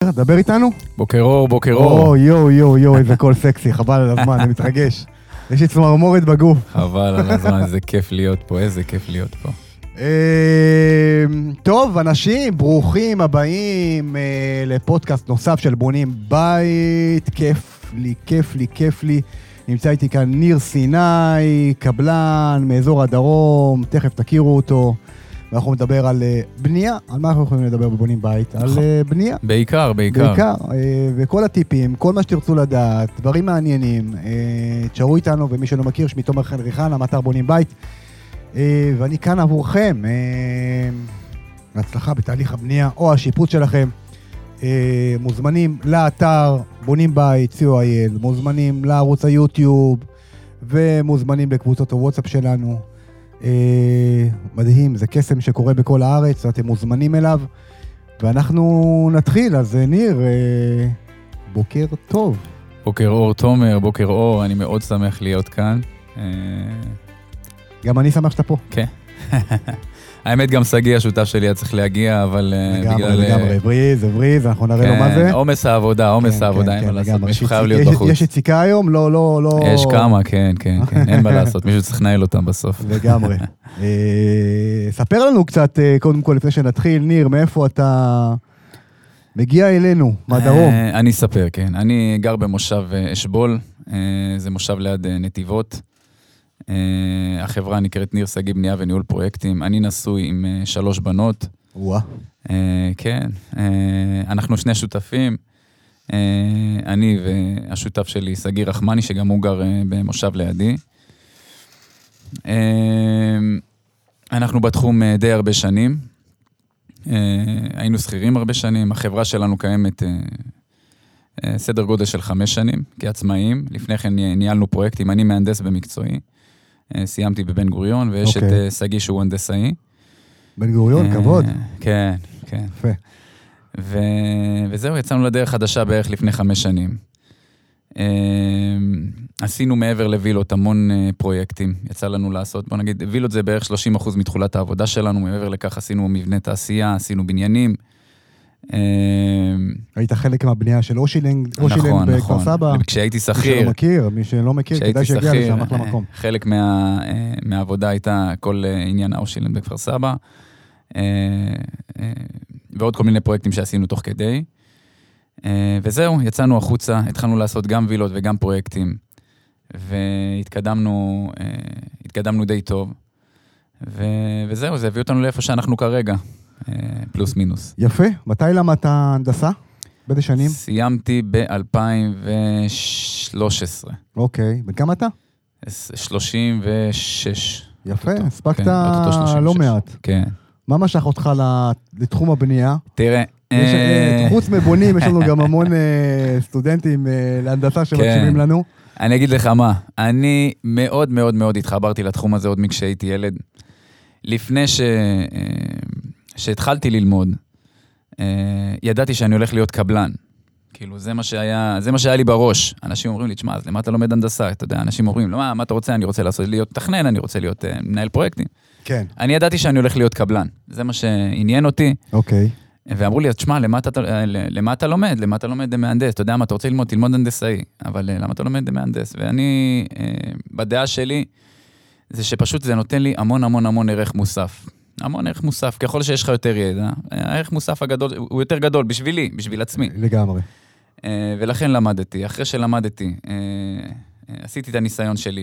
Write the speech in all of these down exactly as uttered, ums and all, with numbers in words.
ניר, דבר איתנו. בוקר אור, בוקר אור. או, יו, יו, יו, איזה קול סקסי, חבל על הזמן, אני מתרגש. יש לי צמרמורת בגוף. חבל על הזמן, איזה כיף להיות פה, איזה כיף להיות פה. טוב, אנשים, ברוכים הבאים לפודקאסט נוסף של בונים בית. כיף לי, כיף לי, כיף לי. נמצא איתי כאן ניר סיני, קבלן מאזור הדרום, תכף תכירו אותו. ואנחנו נדבר על בנייה. על מה אנחנו יכולים לדבר בבונים בית? על בנייה. בעיקר, בעיקר. בעיקר, וכל הטיפים, כל מה שתרצו לדעת, דברים מעניינים. תשארו איתנו, ומי שלא מכיר, שמי תומר חן ריחן, המאתר בונים בית. ואני כאן עבורכם. הצלחה בתהליך הבנייה או השיפוט שלכם. מוזמנים לאתר בונים בית, סי או איי אל, מוזמנים לערוץ היוטיוב, ומוזמנים לקבוצות הוואטסאפ שלנו. מדהים, זה קסם שקורה בכל הארץ, ואתם מוזמנים אליו, ואנחנו נתחיל. אז ניר, בוקר טוב. בוקר אור תומר, בוקר אור, אני מאוד שמח להיות כאן. גם אני שמח שאתה פה. כן. האמת גם סגי, השותף שלי היה צריך להגיע, אבל לגמרי, לגמרי, בריז, בריז, אנחנו נראה לו מה זה. עומס העבודה, עומס העבודה, אין מה לעשות, מישהו חייב להיות בחוץ. יש יציקה היום? לא, לא, לא. יש כמה, כן, כן, כן, אין מה לעשות, מישהו צריך לנהל אותם בסוף. לגמרי. ספר לנו קצת, קודם כל, לפני שנתחיל, ניר, מאיפה אתה מגיע אלינו, מהדרום? אני אספר, כן. אני גר במושב אשבול, זה מושב ליד נתיבות. Uh, החברה נקראת ניר סגי בנייה וניהול פרויקטים. אני נשוי עם uh, שלוש בנות. וואה. Uh, כן. Uh, אנחנו שני שותפים. Uh, אני והשותף שלי, סגי רחמני, שגם הוא גר uh, במושב לידי. Uh, אנחנו בתחום uh, די הרבה שנים. Uh, היינו שכירים הרבה שנים. החברה שלנו קיימת uh, uh, סדר גודל של חמש שנים, כעצמאים. לפני כן ניהלנו פרויקטים. אני מהנדס במקצועי. סיימתי בבן גוריון, ויש את סגי שהוא הנדסאי. בן גוריון, כבוד. כן, כן. יפה. וזהו, יצאנו לדרך חדשה בערך לפני חמש שנים. עשינו מעבר לווילות המון פרויקטים. יצא לנו לעשות, בוא נגיד, וילות זה בערך שלושים אחוז מתחולת העבודה שלנו, מעבר לכך עשינו מבנה תעשייה, עשינו בניינים. היית חלק מהבנייה של אושילנג, אושילנג בכפר סבא. כשהייתי שכיר. מי שלא מכיר, מי שלא מכיר, כדאי שיגיע לשם, אחלה מקום. חלק מהעבודה הייתה כל עניין האושילנג בכפר סבא, ועוד כל מיני פרויקטים שעשינו תוך כדי. וזהו, יצאנו החוצה, התחלנו לעשות גם וילות וגם פרויקטים, והתקדמנו, התקדמנו די טוב. וזהו, זה הביא אותנו לאיפה שאנחנו כרגע. פלוס מינוס. יפה. מתי למדת הנדסה? באיזה שנים? סיימתי ב-אלפיים ושלוש עשרה. אוקיי. וכמה אתה? שלושים ושש. יפה. הספקת לא מעט. כן. מה משך אותך לתחום הבנייה? תראה. חוץ מבונים, יש לנו גם המון סטודנטים להנדסה שמקשיבים לנו. אני אגיד לך מה. אני מאוד מאוד מאוד התחברתי לתחום הזה עוד מכשהייתי ילד. לפני ש... שהתחלתי ללמוד, ידעתי שאני הולך להיות קבלן. כאילו, זה מה שהיה, זה מה שהיה לי בראש. אנשים אומרים לי, תשמע, אז למה אתה לומד הנדסה? אתה יודע, אנשים אומרים, לא, מה, מה אתה רוצה? אני רוצה לעשות, להיות תכנן, אני רוצה להיות מנהל פרויקטים. כן. אני ידעתי שאני הולך להיות קבלן. זה מה שעניין אותי. אוקיי. ואמרו לי, תשמע, למה אתה, למה אתה לומד? למה אתה לומד מהנדס? אתה יודע מה, אתה רוצה ללמוד, תלמוד הנדסאי. אבל למה אתה לומד מהנדס? ואני, בדעה שלי, זה שפשוט זה נותן לי המון המון המון ערך מוסף. המון ערך מוסף, ככל שיש לך יותר ידע, הערך מוסף הגדול, הוא יותר גדול בשבילי, בשביל עצמי. לגמרי. ולכן למדתי, אחרי שלמדתי, עשיתי את הניסיון שלי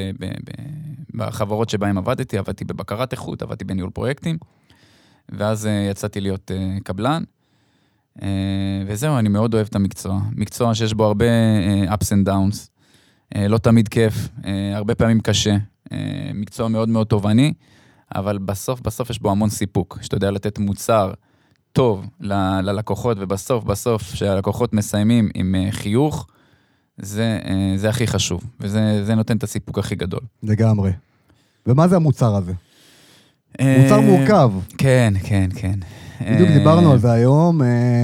בחברות שבהם עבדתי, עבדתי בבקרת איכות, עבדתי בניהול פרויקטים, ואז יצאתי להיות קבלן, וזהו, אני מאוד אוהב את המקצוע. מקצוע שיש בו הרבה ups and downs, לא תמיד כיף, הרבה פעמים קשה, מקצוע מאוד מאוד תובעני, אבל בסוף, בסוף יש בו המון סיפוק, שאתה יודע לתת מוצר טוב ל- ללקוחות, ובסוף, בסוף, שהלקוחות מסיימים עם חיוך, זה, זה הכי חשוב, וזה זה נותן את הסיפוק הכי גדול. לגמרי. ומה זה המוצר הזה? מוצר מורכב. כן, כן, כן. בדיוק דיברנו על זה היום,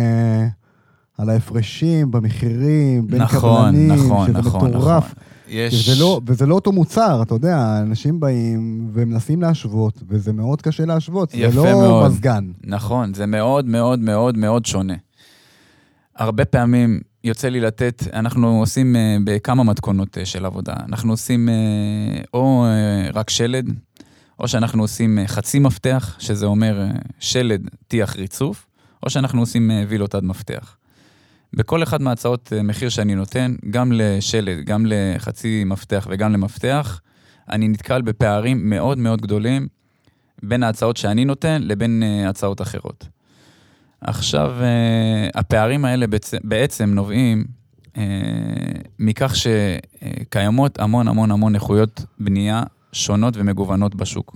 על ההפרשים במחירים, בין קבלנים, שזה מטורף. יש... וזה לא, וזה לא אותו מוצר, אתה יודע, אנשים באים ומנסים להשוות, וזה מאוד קשה להשוות, זה לא מאוד. מזגן. נכון, זה מאוד מאוד מאוד מאוד שונה. הרבה פעמים יוצא לי לתת, אנחנו עושים בכמה מתכונות של עבודה. אנחנו עושים או רק שלד, או שאנחנו עושים חצי מפתח, שזה אומר שלד, תיח ריצוף, או שאנחנו עושים וילות עד מפתח. בכל אחד מההצעות מחיר שאני נותן, גם לשלד, גם לחצי מפתח וגם למפתח, אני נתקל בפערים מאוד מאוד גדולים, בין ההצעות שאני נותן לבין הצעות אחרות. עכשיו, הפערים האלה בעצם נובעים מכך שקיימות המון המון המון איכויות בנייה שונות ומגוונות בשוק.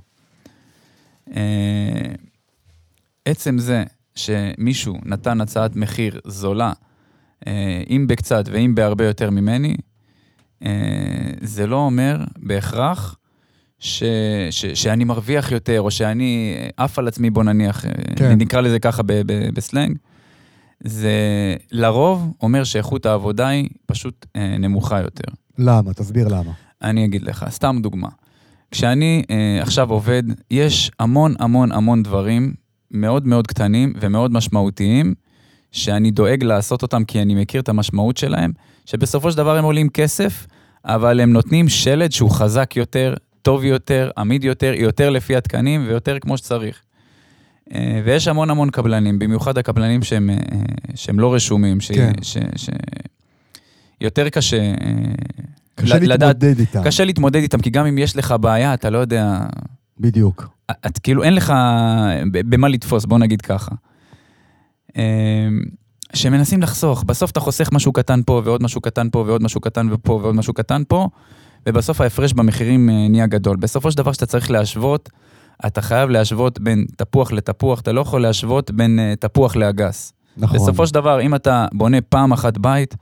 עצם זה שמישהו נתן הצעת מחיר זולה, אם בקצת ואם בהרבה יותר ממני, זה לא אומר בהכרח ש, ש, שאני מרוויח יותר, או שאני אף על עצמי, בוא נניח, כן. נקרא לזה ככה ב, ב, בסלנג, זה לרוב אומר שאיכות העבודה היא פשוט נמוכה יותר. למה? תסביר למה. אני אגיד לך, סתם דוגמה. כשאני עכשיו עובד, יש המון המון המון דברים מאוד מאוד קטנים ומאוד משמעותיים, שאני דואג לעשות אותם כי אני מכיר את המשמעות שלהם, שבסופו של דבר הם עולים כסף, אבל הם נותנים שלד שהוא חזק יותר, טוב יותר, עמיד יותר, יותר לפי התקנים ויותר כמו שצריך. ויש המון המון קבלנים, במיוחד הקבלנים שהם, שהם לא רשומים, ש, כן. ש, ש, יותר קשה, קשה לדעת, להתמודד איתם. קשה להתמודד איתם, כי גם אם יש לך בעיה, אתה לא יודע... בדיוק. את כאילו אין לך במה לתפוס, בוא נגיד ככה. שמנסים לחסוך, בסוף אתה חוסך משהו קטן פה, ועוד משהו קטן פה, ועוד משהו קטן ופה, ועוד משהו קטן פה, ובסוף ההפרש במחירים נהיה גדול. בסופו של דבר שאתה צריך להשוות, אתה חייב להשוות בין תפוח לתפוח, אתה לא יכול להשוות בין תפוח לאגס. נכון. בסופו של דבר, אם אתה בונה פעם אחת בית,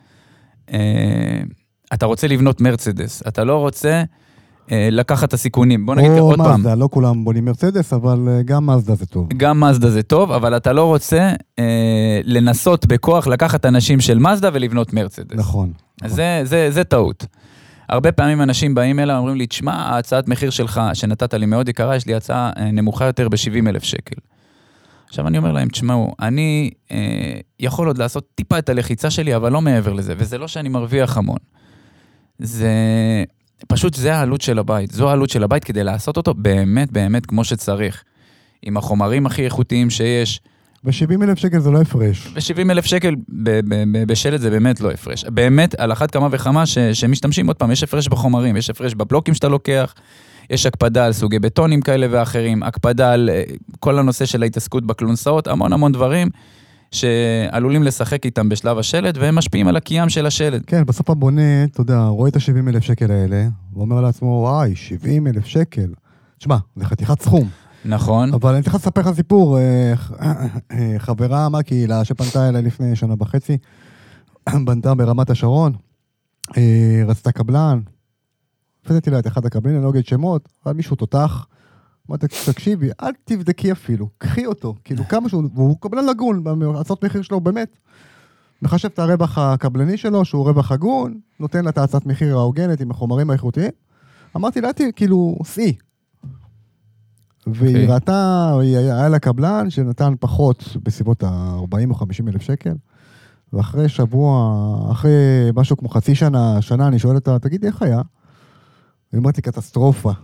אתה רוצה לבנות מרצדס, אתה לא רוצה לקחת את הסיכונים. בוא נגיד עוד פעם. או מזדה, לא כולם בונים מרצדס, אבל גם מזדה זה טוב. גם מזדה זה טוב, אבל אתה לא רוצה אה, לנסות בכוח לקחת אנשים של מזדה ולבנות מרצדס. נכון. זה, זה, זה טעות. הרבה פעמים אנשים באים אליי, אומרים לי, תשמע, ההצעת מחיר שלך שנתת לי מאוד יקרה, יש לי הצעה נמוכה יותר ב-שבעים אלף שקל. עכשיו אני אומר להם, תשמעו, אני אה, יכול עוד לעשות טיפה את הלחיצה שלי, אבל לא מעבר לזה, וזה לא שאני מרוויח המון. זה... פשוט זה העלות של הבית, זו העלות של הבית כדי לעשות אותו באמת באמת כמו שצריך. עם החומרים הכי איכותיים שיש. ב-שבעים אלף שקל זה לא הפרש. ב-שבעים אלף שקל בשלט זה באמת לא הפרש. באמת על אחת כמה וכמה ש- שמשתמשים עוד פעם, יש הפרש בחומרים, יש הפרש בבלוקים שאתה לוקח, יש הקפדה על סוגי בטונים כאלה ואחרים, הקפדה על כל הנושא של ההתעסקות בקלונסאות, המון המון דברים. שעלולים לשחק איתם בשלב השלד, והם משפיעים על הקיים של השלד. כן, בסוף הבונה, אתה יודע, רואה את ה-שבעים אלף שקל האלה, ואומר לעצמו, וואי, שבעים אלף שקל. תשמע, זה חתיכת סכום. נכון. אבל אני צריך לספר לך סיפור, חברה מהקהילה שפנתה אליי לפני שנה וחצי, בנתה ברמת השרון, רצתה קבלן, פתתי לה את אחד הקבלנים, אני לא אגיד שמות, אבל מישהו תותח, אמרתי, תקשיבי, אל תבדקי אפילו, קחי אותו, כאילו כמה שהוא, והוא קבלן לגון, בהצעת מחיר שלו, באמת, מחשב את הרווח הקבלני שלו, שהוא רווח הגון, נותן לה את הצעת מחיר ההוגנת עם החומרים האיכותיים, אמרתי לה, כאילו, סי. והיא ראתה, היה לה קבלן שנתן פחות בסביבות ה-ארבעים או חמישים אלף שקל, ואחרי שבוע, אחרי משהו כמו חצי שנה, שנה, אני שואל אותה, תגידי, איך היה? היא אומרת לי, קטסטרופה.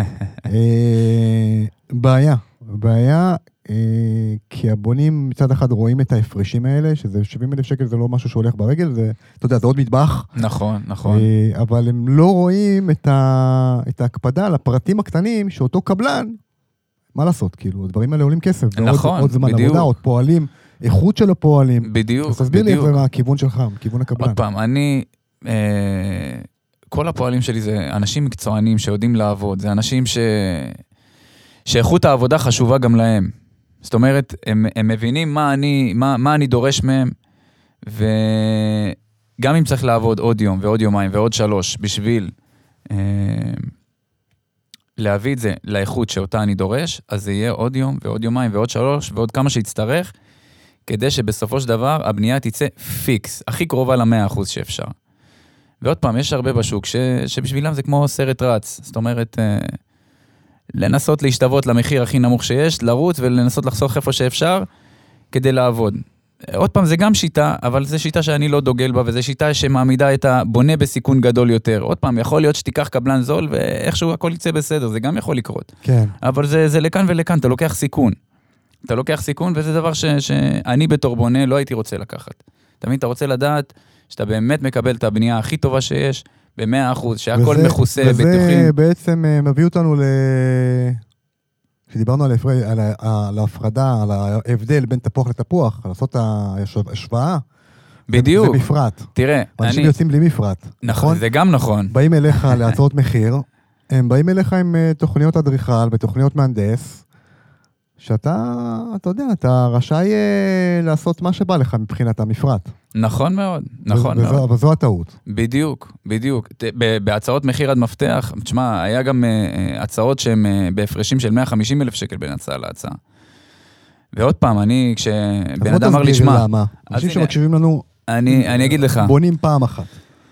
בעיה, בעיה, כי הבונים מצד אחד רואים את ההפרשים האלה, שזה שבעים אלף שקל, זה לא משהו שהולך ברגל, זה, אתה יודע, זה עוד מטבח. נכון, נכון. אבל הם לא רואים את, ה, את ההקפדה על הפרטים הקטנים, שאותו קבלן, מה לעשות, כאילו, הדברים האלה עולים כסף. נכון, עוד זמן בדיוק. עבודה, עוד פועלים, איכות של הפועלים. בדיוק, אז תסביר בדיוק. לי מה הכיוון שלך, כיוון הקבלן. עוד פעם, אני... אה... כל הפועלים שלי זה אנשים מקצוענים שיודעים לעבוד, זה אנשים ש... שאיכות העבודה חשובה גם להם. זאת אומרת, הם, הם מבינים מה אני, מה, מה אני דורש מהם, וגם אם צריך לעבוד עוד יום ועוד יומיים ועוד שלוש בשביל אה, להביא את זה לאיכות שאותה אני דורש, אז זה יהיה עוד יום ועוד יומיים ועוד שלוש ועוד כמה שיצטרך, כדי שבסופו של דבר הבנייה תצא פיקס, הכי קרובה למאה אחוז שאפשר. ועוד פעם, יש הרבה בשוק ש, שבשבילם זה כמו סרט רץ. זאת אומרת, אה, לנסות להשתוות למחיר הכי נמוך שיש, לרוץ ולנסות לחסוך איפה שאפשר, כדי לעבוד. עוד פעם, זה גם שיטה, אבל זו שיטה שאני לא דוגל בה, וזו שיטה שמעמידה את הבונה בסיכון גדול יותר. עוד פעם, יכול להיות שתיקח קבלן זול, ואיכשהו הכל יצא בסדר, זה גם יכול לקרות. כן. אבל זה, זה לכאן ולכאן, אתה לוקח סיכון. אתה לוקח סיכון, וזה דבר ש, שאני בתור בונה לא הייתי רוצה לקחת. תמיד אתה רוצה לדעת שאתה באמת מקבל את הבנייה הכי טובה שיש, ב-מאה אחוז, שהכל וזה, מכוסה, וזה בטוחים. וזה בעצם מביא אותנו ל... כשדיברנו על, הפר... על, ה... על ההפרדה, על ההבדל בין תפוח לתפוח, לעשות השוואה, בדיוק. זה מפרט. תראה, אנשים אני... יוצאים בלי מפרט. נכון, זה גם נכון. באים אליך להצעות מחיר, הם באים אליך עם תוכניות אדריכל ותוכניות מהנדס, שאתה, אתה יודע, אתה רשאי לעשות מה שבא לך מבחינת המפרט. נכון מאוד, נכון וזו, מאוד. וזו הטעות. בדיוק, בדיוק. בהצעות מחיר עד מפתח, תשמע, היה גם הצעות שהן בהפרשים של מאה וחמישים אלף שקל בין הצעה להצעה. ועוד פעם, אני, כשבן אדם אמר לי, שמה... למה? אנשים שמקשיבים לנו... אני, אני אגיד לך. בונים פעם אחת.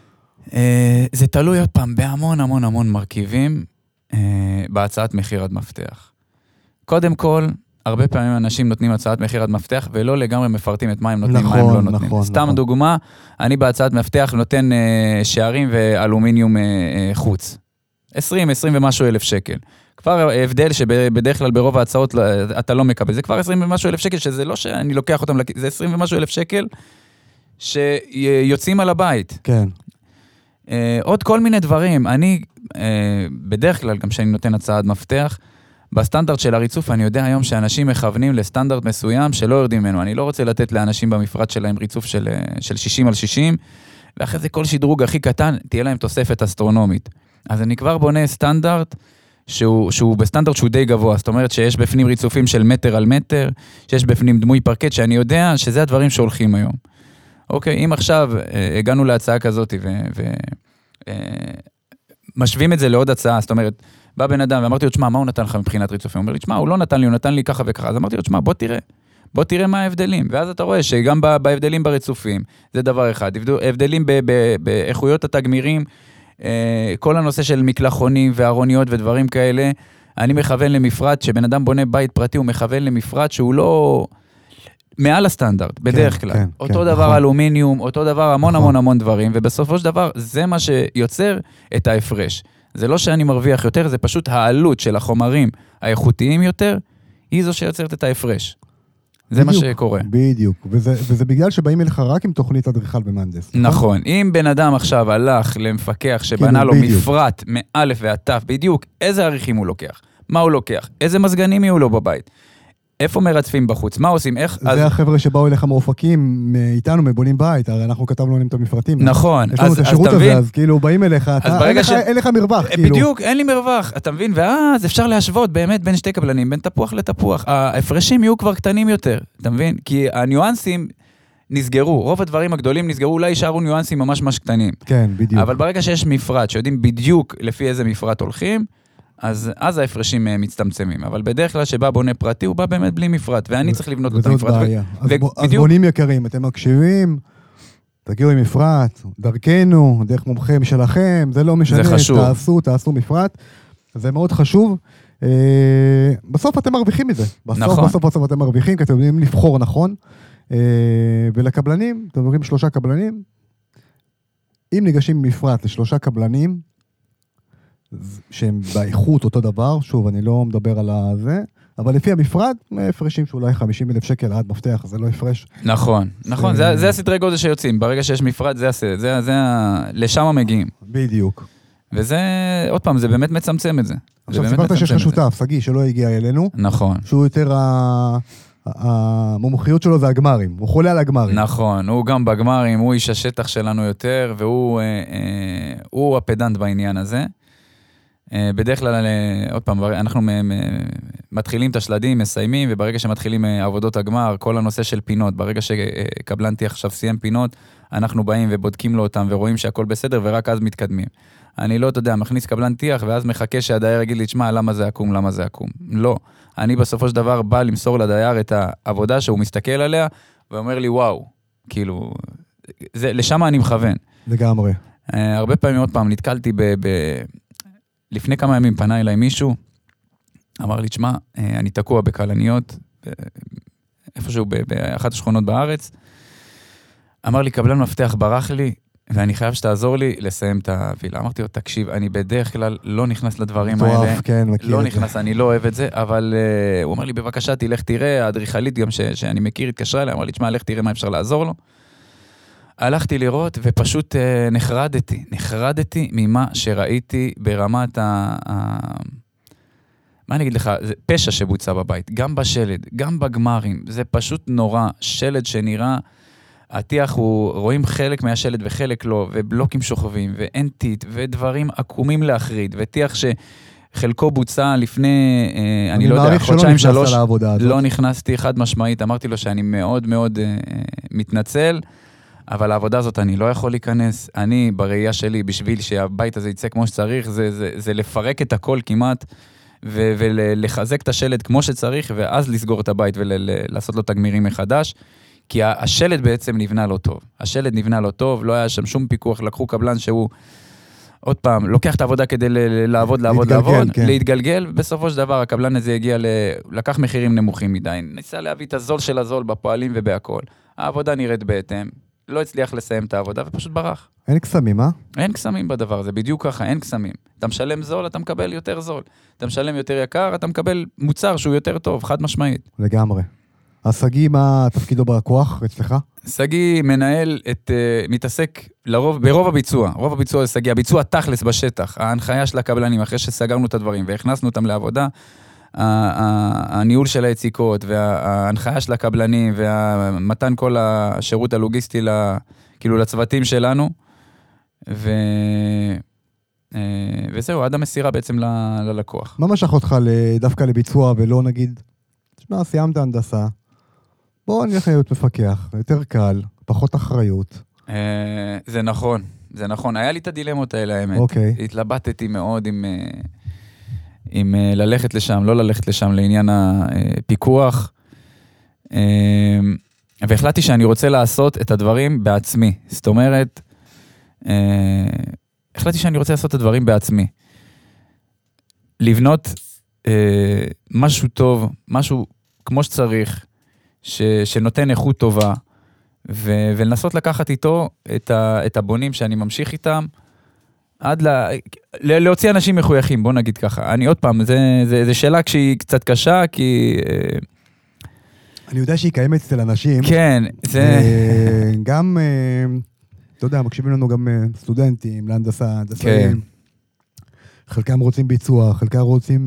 זה תלוי עוד פעם בהמון המון המון מרכיבים בהצעת מחיר עד מפתח. קודם כל, הרבה פעמים אנשים נותנים הצעת מחיר עד מפתח, ולא לגמרי מפרטים את מה הם נותנים, נכון, מה הם לא נותנים. נכון, סתם נכון. דוגמה, אני בהצעת מפתח נותן uh, שערים ואלומיניום uh, uh, חוץ. עשרים, עשרים ומשהו אלף שקל. כבר הבדל שבדרך כלל ברוב ההצעות אתה לא מקבל. זה כבר עשרים ומשהו אלף שקל, שזה לא שאני לוקח אותם, זה עשרים ומשהו אלף שקל שיוצאים על הבית. כן. Uh, עוד כל מיני דברים. אני, uh, בדרך כלל, גם שאני נותן הצעת מפתח, בסטנדרט של הריצוף, אני יודע היום שאנשים מכוונים לסטנדרט מסוים שלא יורדים ממנו. אני לא רוצה לתת לאנשים במפרט שלהם ריצוף של, של שישים על שישים, ואחרי זה כל שדרוג הכי קטן, תהיה להם תוספת אסטרונומית. אז אני כבר בונה סטנדרט שהוא, שהוא בסטנדרט שהוא די גבוה. זאת אומרת שיש בפנים ריצופים של מטר על מטר, שיש בפנים דמוי פרקט, שאני יודע שזה הדברים שהולכים היום. אוקיי, אם עכשיו הגענו להצעה כזאת ו... ו משווים את זה לעוד הצעה, זאת אומרת, בא בן אדם ואמרתי לו, תשמע, מה הוא נתן לך מבחינת ריצופים? הוא אומר לי, תשמע, הוא לא נתן לי, הוא נתן לי ככה וככה. אז אמרתי לו, תשמע, בוא תראה, בוא תראה מה ההבדלים. ואז אתה רואה שגם בהבדלים בריצופים, זה דבר אחד. הבדלים באיכויות התגמירים, כל הנושא של מקלחונים וארוניות ודברים כאלה, אני מכוון למפרט, שבן אדם בונה בית פרטי, הוא מכוון למפרט שהוא לא... מעל הסטנדרט, בדרך כלל. אותו דבר אלומיניום, אותו דבר המון המון המון דברים, ובסופו של דבר זה מה שיוצר את ההפרש. זה לא שאני מרוויח יותר, זה פשוט העלות של החומרים האיכותיים יותר, היא זו שיוצרת את ההפרש. זה מה שקורה. בדיוק, וזה בגלל שבאים אליך רק עם תוכנית אדריכל במהנדס. נכון, אם בן אדם עכשיו הלך למפקח שבנה לו מפרט מאלף ועד תף, בדיוק איזה עריכים הוא לוקח, מה הוא לוקח, איזה מזגנים יהיו לו בבית, איפה מרצפים בחוץ? מה עושים? איך? זה אז... החבר'ה שבאו אליך מאופקים, איתנו, מבונים בית, הרי אנחנו כתבנו להם את המפרטים. נכון. יש לנו את השירות הזה, אז כאילו באים אליך, אתה, אין, ש... לך, אין לך מרווח. כאילו. בדיוק, אין לי מרווח, אתה מבין? ואז אפשר להשוות באמת בין שתי קבלנים, בין תפוח לתפוח. ההפרשים יהיו כבר קטנים יותר, אתה מבין? כי הניואנסים נסגרו, רוב הדברים הגדולים נסגרו, אולי יישארו ניואנסים ממש ממש קטנים. כן, בדיוק. אבל ברגע שיש מפרט, שיודעים בדיוק לפי איזה מפרט הולכים, אז, אז ההפרשים מצטמצמים, אבל בדרך כלל שבא בונה פרטי, הוא בא באמת בלי מפרט, ואני צריך לבנות את המפרט. בעיה. ו... אז, ו... אז בונים יקרים, אתם מקשיבים, תגיעו עם מפרט, דרכנו, דרך מומחים שלכם, זה לא משנה, זה חשוב. תעשו, תעשו מפרט, זה מאוד חשוב. בסוף אתם מרוויחים מזה, בסוף, נכון. בסוף, בסוף אתם מרוויחים, כי אתם יודעים לבחור נכון, ולקבלנים, אתם אומרים שלושה קבלנים, אם ניגשים מפרט לשלושה קבלנים, שהם באיכות אותו דבר, שוב, אני לא מדבר על זה, אבל לפי המפרט, הפרשים שאולי חמישים אלף שקל עד מפתח, זה לא הפרש. נכון, נכון, זה, זה הסדרי גודל שיוצאים, ברגע שיש מפרט, זה, זה, זה, זה, לשם מגיעים. בדיוק. וזה, עוד פעם, זה באמת מצמצם את זה. עכשיו, סיפרת שיש לך שותף, סגי, שלא הגיע אלינו. נכון. שהוא יותר, המומחיות שלו זה הגמרים, הוא חולה על הגמרים. נכון, הוא גם בגמרים, הוא איש השטח שלנו יותר, והוא הוא הפדנט בעניין הזה. בדרך כלל, עוד פעם, אנחנו מתחילים את השלדים, מסיימים, וברגע שמתחילים עבודות הגמר, כל הנושא של פינות, ברגע שקבלנתי עכשיו סיים פינות, אנחנו באים ובודקים לו אותם, ורואים שהכל בסדר, ורק אז מתקדמים. אני לא, אתה יודע, מכניס קבלן תיח, ואז מחכה שהדייר יגיד לי, תשמע, למה זה עקום, למה זה עקום. לא. אני בסופו של דבר בא למסור לדייר את העבודה שהוא מסתכל עליה, ואומר לי, וואו, כאילו, זה, לשם אני מכוון. לגמרי. הרבה פעמים עוד פעם, נתקלתי ב... ב לפני כמה ימים פנה אליי מישהו, אמר לי, תשמע, אני תקוע בקלניות, איפשהו באחת השכונות בארץ, אמר לי, קבלן מפתח ברח לי, ואני חייב שתעזור לי לסיים את הווילה. אמרתי לו, תקשיב, אני בדרך כלל לא נכנס לדברים האלה. כן, לא נכנס, אני לא אוהב את זה, אבל uh, הוא אומר לי, בבקשה, תלך תראה, האדריכלית גם ש- שאני מכיר, התקשרה אליי, אמר לי, תשמע, לך תראה מה אפשר לעזור לו. הלכתי לראות, ופשוט uh, נחרדתי, נחרדתי ממה שראיתי ברמת ה... ה... מה אני אגיד לך, זה פשע שבוצע בבית, גם בשלד, גם בגמרים, זה פשוט נורא, שלד שנראה... הטיח הוא, רואים חלק מהשלד וחלק לא, ובלוקים שוכבים, ואין טיט, ודברים עקומים להחריד, וטיח שחלקו בוצע לפני, אה, אני, אני לא יודע, חודשיים שלוש, לא נכנסתי חד משמעית, אמרתי לו שאני מאוד מאוד אה, מתנצל, אבל העבודה הזאת אני לא יכול להיכנס, אני בראייה שלי, בשביל שהבית הזה יצא כמו שצריך, זה, זה, זה לפרק את הכל כמעט, ו- ולחזק את השלד כמו שצריך, ואז לסגור את הבית ולעשות לו תגמירים מחדש, כי השלד בעצם נבנה לא טוב. השלד נבנה לא טוב, לא היה שם שום פיקוח, לקחו קבלן שהוא, עוד פעם, לוקח את העבודה כדי לעבוד, לעבוד, לעבוד, להתגלגל, ובסופו של דבר הקבלן הזה הגיע, לקח מחירים נמוכים מדי, ניסה להביא את הזול של הזול בפועלים ובהכל. העבודה נראית בהתאם, לא הצליח לסיים את העבודה ופשוט ברח. אין קסמים, אה? אין קסמים בדבר הזה, בדיוק ככה, אין קסמים. אתה משלם זול, אתה מקבל יותר זול. אתה משלם יותר יקר, אתה מקבל מוצר שהוא יותר טוב, חד משמעית. לגמרי. אז סגי, מה תפקידו בכוח אצלך? סגי מנהל את, uh, מתעסק לרוב, ברוב הביצוע, רוב הביצוע זה סגי, הביצוע תכלס בשטח, ההנחיה של הקבלנים, אחרי שסגרנו את הדברים והכנסנו אותם לעבודה, הניהול של היציקות וההנחיה של הקבלנים והמתן כל השירות הלוגיסטי כאילו לצוותים שלנו, ו... וזהו, עד המסירה בעצם ללקוח. מה משך אותך דווקא לביצוע ולא נגיד, תשמע, סיימת הנדסה, בואו נלך להיות מפקח, יותר קל, פחות אחריות. זה נכון, זה נכון. היה לי את הדילמות האלה, האמת. אוקיי. התלבטתי מאוד עם, עם ללכת לשם, לא ללכת לשם לעניין הפיקוח, והחלטתי שאני רוצה לעשות את הדברים בעצמי. זאת אומרת, החלטתי שאני רוצה לעשות את הדברים בעצמי. לבנות משהו טוב, משהו כמו שצריך, ש, שנותן איכות טובה, ו, ולנסות לקחת איתו את, ה, את הבונים שאני ממשיך איתם, עד ל, ל, להוציא אנשים מחויכים, בוא נגיד ככה. אני עוד פעם, זה, זה, זה שאלה כשהיא קצת קשה, כי... אני יודע שהיא קיימת אצל אנשים. כן, זה... גם, אתה יודע, מקשיבים לנו גם סטודנטים, להנדסה, הנדסאים. כן. חלקם רוצים ביצוע, חלקם רוצים...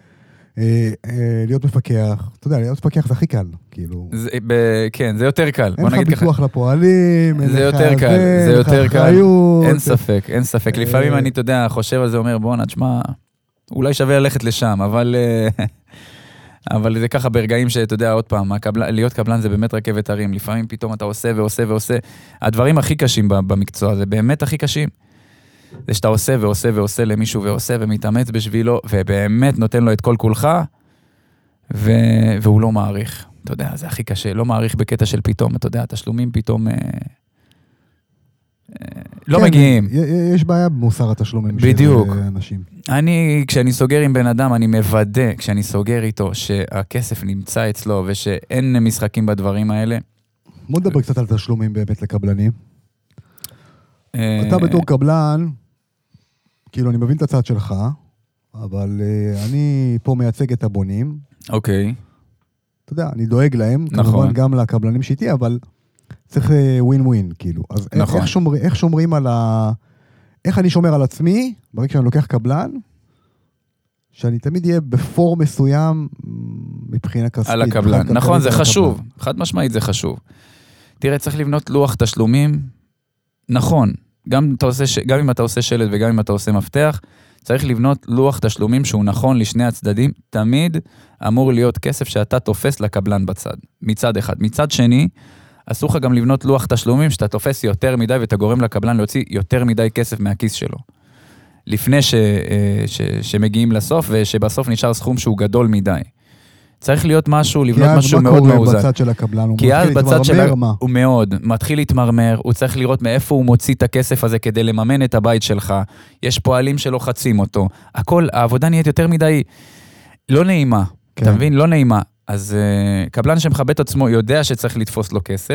להיות מפקח, אתה יודע, להיות מפקח זה הכי קל, כאילו. כן, זה יותר קל. אין לך ביטוח לפועלים, זה יותר קל, זה יותר קל. אין ספק, אין ספק. לפעמים אני, אתה יודע, חושב על זה, אומר, בוא נשמע, אולי שווה ללכת לשם, אבל אבל זה ככה ברגעים שאתה יודע, עוד פעם, להיות קבלן זה באמת רכבת הרים. לפעמים פתאום אתה עושה ועושה ועושה. הדברים הכי קשים במקצוע, זה באמת הכי קשים. זה שאתה עושה ועושה ועושה למישהו ועושה ומתאמץ בשבילו, ובאמת נותן לו את כל כולך, ו... והוא לא מעריך. אתה יודע, זה הכי קשה. לא מעריך בקטע של פתאום, אתה יודע, התשלומים פתאום אה... אה... לא כן, מגיעים. יש בעיה במוסר התשלומים בדיוק. של אנשים. אני, כשאני סוגר עם בן אדם, אני מוודא, כשאני סוגר איתו, שהכסף נמצא אצלו, ושאין משחקים בדברים האלה. בוא נדבר קצת על תשלומים באמת לקבלנים. אתה בתור קבלן, כאילו אני מבין את הצד שלך, אבל uh, אני פה מייצג את הבונים. אוקיי. Okay. אתה יודע, אני דואג להם, נכון. כמובן גם לקבלנים שאיתי, אבל צריך ווין uh, ווין, כאילו. אז נכון. איך, שומר, איך שומרים על ה... איך אני שומר על עצמי, ברגע שאני לוקח קבלן, שאני תמיד אהיה בפור מסוים מבחינה כספית. על הקבלן, נכון, זה חשוב. הקבלן. חד משמעית זה חשוב. תראה, צריך לבנות לוח תשלומים, נכון. גם, אתה עושה, גם אם אתה עושה שלד וגם אם אתה עושה מפתח, צריך לבנות לוח תשלומים שהוא נכון לשני הצדדים, תמיד אמור להיות כסף שאתה תופס לקבלן בצד, מצד אחד. מצד שני, אסור לך גם לבנות לוח תשלומים שאתה תופס יותר מדי ואתה גורם לקבלן להוציא יותר מדי כסף מהכיס שלו. לפני ש, ש, שמגיעים לסוף ושבסוף נשאר סכום שהוא גדול מדי. צריך להיות משהו, לבנות משהו מאוד מאוזן. כי אז מה קורה בצד של הקבלן? הוא מתחיל להתמרמר, מה? הוא מאוד, מתחיל להתמרמר, הוא צריך לראות מאיפה הוא מוציא את הכסף הזה כדי לממן את הבית שלך. יש פועלים שלוחצים אותו. הכל, העבודה נהיית יותר מדי לא נעימה. כן. אתה מבין? לא נעימה. אז uh, קבלן שמכבד עצמו יודע שצריך לתפוס לו כסף,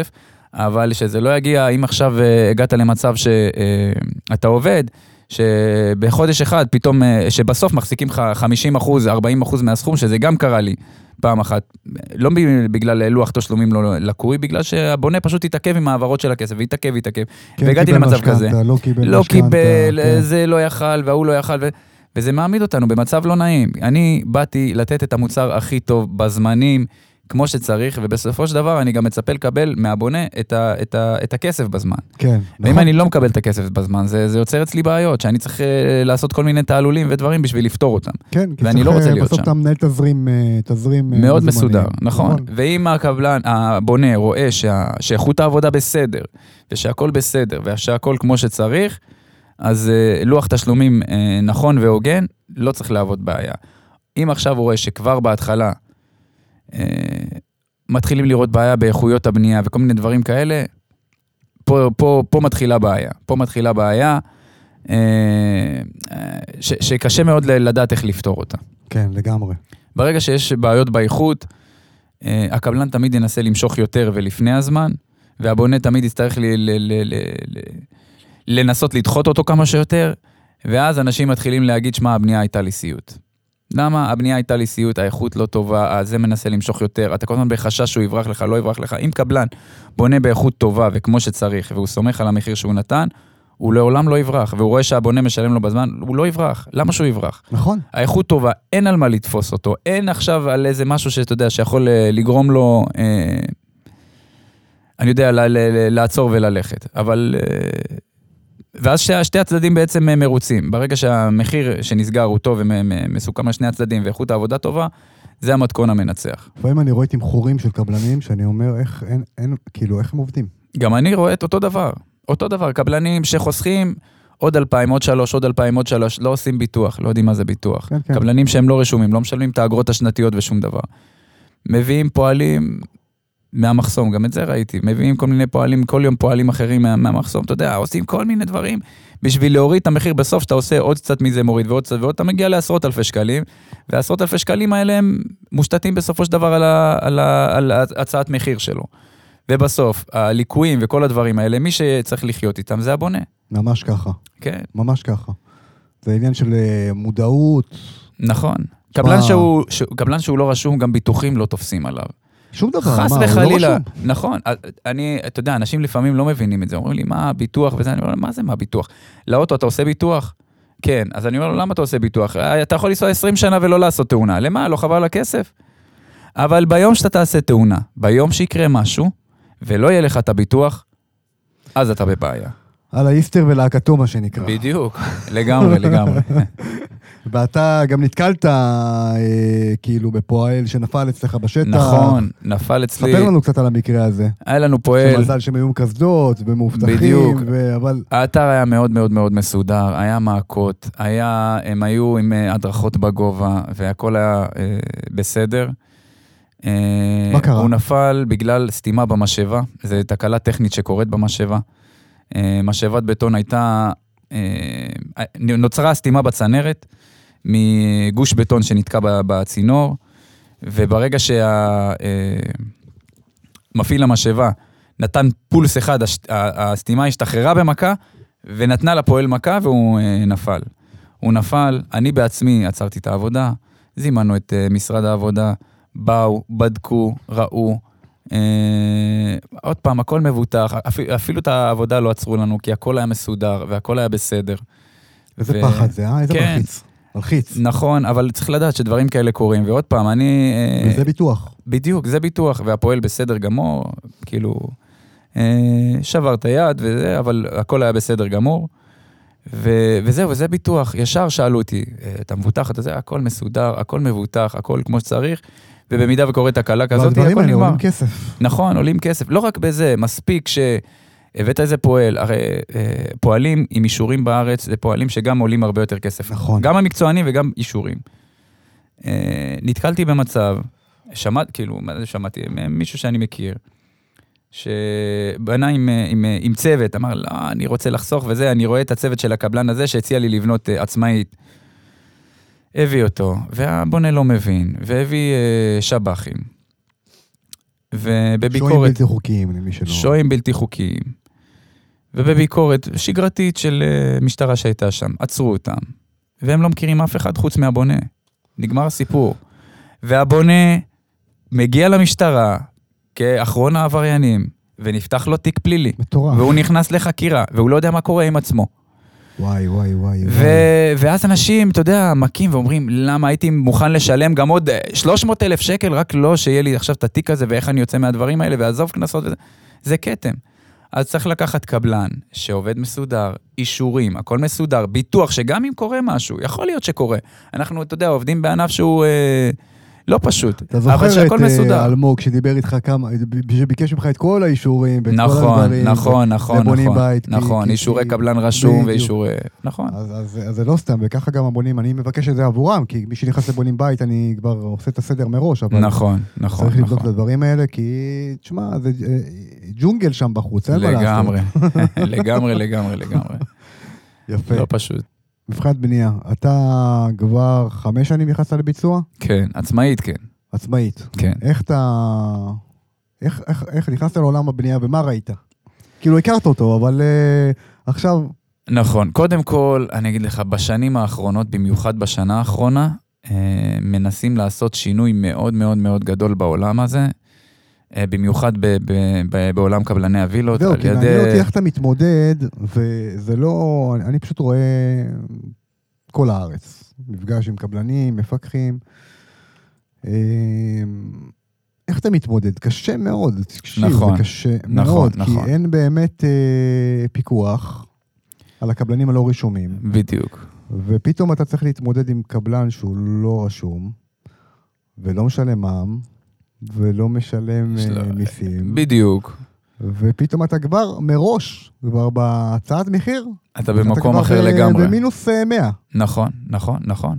אבל שזה לא יגיע, אם עכשיו הגעת למצב שאתה עובד, שבחודש אחד פתאום, שבסוף מחזיקים לך חמישים אחוז, ארבעים אחוז מהסכום, שזה גם קרה לי פעם אחת, לא בגלל לוח תשלומים לא לקוי, בגלל שהבונה פשוט יתעכב עם העברות של הכסף, ויתעכב, ויתעכב, והגעתי למצב כזה. לא קיבל, לא קיבל, זה לא יכל, והוא לא יכל, וזה מעמיד אותנו במצב לא נעים. אני באתי לתת את המוצר הכי טוב בזמנים, כמו שצריך, ובסופו של דבר אני גם מצפה לקבל מהבונה את, ה, את, ה, את הכסף בזמן. כן. ואם נכון. אני לא מקבל את הכסף בזמן, זה, זה יוצר אצלי בעיות, שאני צריך לעשות כל מיני תעלולים ודברים בשביל לפתור אותם. כן, כי ואני לא רוצה להיות שם. בסוף אתה מנהל תזרים, תזרים מאוד בזמנים. מסודר, נכון. נכון. ואם הקבלן, הבונה רואה שה, שאיכות העבודה בסדר, ושהכל בסדר, ושהכל כמו שצריך, אז לוח תשלומים נכון והוגן, לא צריך לעבוד בעיה. אם עכשיו הוא רואה שכבר בהתחלה, מתחילים לראות בעיה באיכויות הבנייה וכל מיני דברים כאלה, פה, פה, פה מתחילה בעיה. פה מתחילה בעיה ש, שקשה מאוד לדעת איך לפתור אותה. כן, לגמרי. ברגע שיש בעיות באיכות, הקבלן תמיד ינסה למשוך יותר ולפני הזמן, והבונה תמיד יצטרך ל, ל, ל, ל, ל, לנסות לדחות אותו כמה שיותר, ואז אנשים מתחילים להגיד, שמה, הבנייה הייתה לי סיוט. למה? הבנייה הייתה לי סיוט, האיכות לא טובה, זה מנסה למשוך יותר, אתה כל הזמן בחשש שהוא יברח לך, לא יברח לך. אם קבלן בונה באיכות טובה וכמו שצריך, והוא סומך על המחיר שהוא נתן, הוא לעולם לא יברח, והוא רואה שהבונה משלם לו בזמן, הוא לא יברח. למה שהוא יברח? נכון. האיכות טובה, אין על מה לתפוס אותו, אין עכשיו על איזה משהו שאתה יודע, שיכול לגרום לו, אה, אני יודע, ל- ל- לעצור וללכת. אבל... אה, ואז שתי הצדדים בעצם מרוצים. ברגע שהמחיר שנסגר הוא טוב ומסוכם על שני הצדדים ואיכות העבודה טובה, זה המתכון המנצח. לפעמים אני רואה תמחורים של קבלנים, שאני אומר, איך, אין, אין, כאילו, איך הם עובדים? גם אני רואה את אותו דבר. אותו דבר, קבלנים שחוסכים עוד אלפיים, עוד שלוש, עוד אלפיים, עוד שלוש, לא עושים ביטוח, לא יודעים מה זה ביטוח. כן, כן. קבלנים שהם לא רשומים, לא משלמים את האגרות השנתיות ושום דבר. מביאים פועלים... מהמחסום, גם את זה ראיתי, מביאים כל מיני פועלים, כל יום פועלים אחרים מה, מהמחסום, אתה יודע, עושים כל מיני דברים, בשביל להוריד את המחיר בסוף, שאתה עושה עוד קצת מזה מוריד, ועוד קצת, ועוד אתה מגיע לעשרות אלפי שקלים, ועשרות אלפי שקלים האלה הם מושתתים בסופו של דבר על, ה, על, ה, על הצעת מחיר שלו. ובסוף, הליקויים וכל הדברים האלה, מי שצריך לחיות איתם זה הבונה. ממש ככה. כן. ממש ככה. זה עניין של מודעות. נכון. קבלן שהוא, קבלן שהוא לא רשום, גם ביטוחים לא תופסים עליו. שום דבר, חס מה, וחלילה, הוא לא נכון, אני, אתה יודע, אנשים לפעמים לא מבינים את זה, אומרים לי, מה ביטוח וזה, אני אומר, מה זה מה ביטוח? לאוטו אתה עושה ביטוח? כן, אז אני אומר לו, למה אתה עושה ביטוח? אתה יכול לנסוע עשרים שנה ולא לעשות תאונה, למה? לא חבל לכסף? אבל ביום שאתה תעשה תאונה, ביום שיקרה משהו, ולא יהיה לך את הביטוח, אז אתה בבעיה. על האיסטר ולהקתו, מה שנקרא. בדיוק, לגמרי, לגמרי. ואתה גם נתקלת אה, כאילו בפועל שנפל אצלך בשטח. נכון, נפל אצלי. ספר לנו קצת על המקרה הזה. היה לנו פועל. שמזל שהם היו קסדות ומאובטחים. בדיוק. ו... אבל... האתר היה מאוד מאוד מאוד מסודר, היה מעקות, היה, הם היו עם הדרכות בגובה, והכל היה אה, בסדר. אה, מה קרה? הוא נפל בגלל סתימה במשאבה, זו תקלה טכנית שקורית במשאבה. אה, משאבת בטון הייתה, אה, נוצרה סתימה בצנרת, מגוש בטון שנתקע בצינור, וברגע שהמפעיל המשאבה נתן פולס אחד, הסתימה השתחררה במכה, ונתנה לפועל מכה והוא נפל. הוא נפל, אני בעצמי עצרתי את העבודה, זימנו את משרד העבודה, באו, בדקו, ראו, עוד פעם, הכל מבוטח, אפילו את העבודה לא עצרו לנו, כי הכל היה מסודר והכל היה בסדר. איזה פחד זה, אה? איזה מלחיץ. מלחיץ. נכון, אבל צריך לדעת שדברים כאלה קורים, ועוד פעם, אני... וזה ביטוח. בדיוק, זה ביטוח, והפועל בסדר גמור, כאילו, שבר את היד וזה, אבל הכל היה בסדר גמור, וזהו, וזה ביטוח. ישר שאלו אותי, אתה מבוטח, אתה זה, הכל מסודר, הכל מבוטח, הכל כמו שצריך, ובמידה וקורית הקלה כזאת, והדברים האלה עולים כסף. נכון, עולים כסף. לא רק בזה, מספיק ש... הבאת איזה פועל, הרי פועלים עם אישורים בארץ, זה פועלים שגם עולים הרבה יותר כסף. נכון. גם המקצוענים וגם אישורים. נתקלתי במצב, שמעתי, כאילו, מה זה שמעתי? מישהו שאני מכיר, שבנה עם, עם, עם צוות, אמר, לא, אני רוצה לחסוך וזה, אני רואה את הצוות של הקבלן הזה, שהציע לי לבנות עצמאית. הביא אותו, והבונה לא מבין, והביא שבחים. ובביקורת... שוהים בלתי חוקיים, למי שלא... שוהים בלתי חוקיים. ובביקורת שגרתית של משטרה שהייתה שם, עצרו אותם. והם לא מכירים אף אחד חוץ מהבונה. נגמר הסיפור. והבונה מגיע למשטרה כאחרון העבריינים, ונפתח לו תיק פלילי. מטורף. והוא נכנס לחקירה, והוא לא יודע מה קורה עם עצמו. וואי, וואי, וואי. ו... ואז אנשים, אתה יודע, מקים ואומרים, למה הייתי מוכן לשלם גם עוד שלוש מאות אלף שקל, רק לא שיהיה לי עכשיו את התיק הזה, ואיך אני יוצא מהדברים האלה, ועזוב כנסות וזה. זה קטם. אז צריך לקחת קבלן שעובד מסודר, אישורים, הכל מסודר, ביטוח שגם אם קורה משהו, יכול להיות שקורה. אנחנו, אתה יודע, עובדים בענף שהוא אה, לא פשוט, אבל שהכל מסודר. אתה זוכר את אלמוג שדיבר איתך כמה, שביקש ממך את כל האישורים, ואת נכון, כל הדברים. נכון, נכון, נכון, בית, נכון, כי, אישורי כי, קבלן רשום ואישורי, נכון. אז, אז, אז זה לא סתם, וככה גם הבונים, אני מבקש את זה עבורם, כי מי שנכנס לבונים בית, אני כבר עושה את הסדר מראש, אבל נכון, נכון, צריך לבדוק נכון. את הדברים האלה, כי, תשמע, זה ג'ונגל שם בחוץ, אין מה לעשות. לגמרי, לגמרי, לגמרי, לגמרי. יפה. לא פשוט. מבחינת בנייה, אתה כבר חמש שנים נכנסת לביצוע? כן, עצמאית, כן. עצמאית. כן. איך אתה... איך, איך, איך נכנסת לעולם הבנייה ומה ראית? כאילו הכרת אותו, אבל uh, עכשיו... נכון. קודם כל, אני אגיד לך, בשנים האחרונות, במיוחד בשנה האחרונה, uh, מנסים לעשות שינוי מאוד מאוד מאוד גדול בעולם הזה, uh, במיוחד ב- ב- ב- בעולם קבלני הווילות. זהו, כי ידי... מעניין אותי איך אתה מתמודד, וזה לא... אני, אני פשוט רואה כל הארץ. מפגש עם קבלנים, מפקחים. איך אתה מתמודד? קשה מאוד, תקשיב, נכון, זה קשה נכון, מאוד, נכון. כי אין באמת אה, פיקוח על הקבלנים הלא רשומים. בדיוק. ופתאום אתה צריך להתמודד עם קבלן שהוא לא רשום, ולא משלם מע"מ, ולא משלם שלא, מיסים. בדיוק. ופתאום אתה כבר מראש, כבר בהצעת מחיר. אתה במקום אחר ב- לגמרי. במינוס מאה. נכון, נכון, נכון.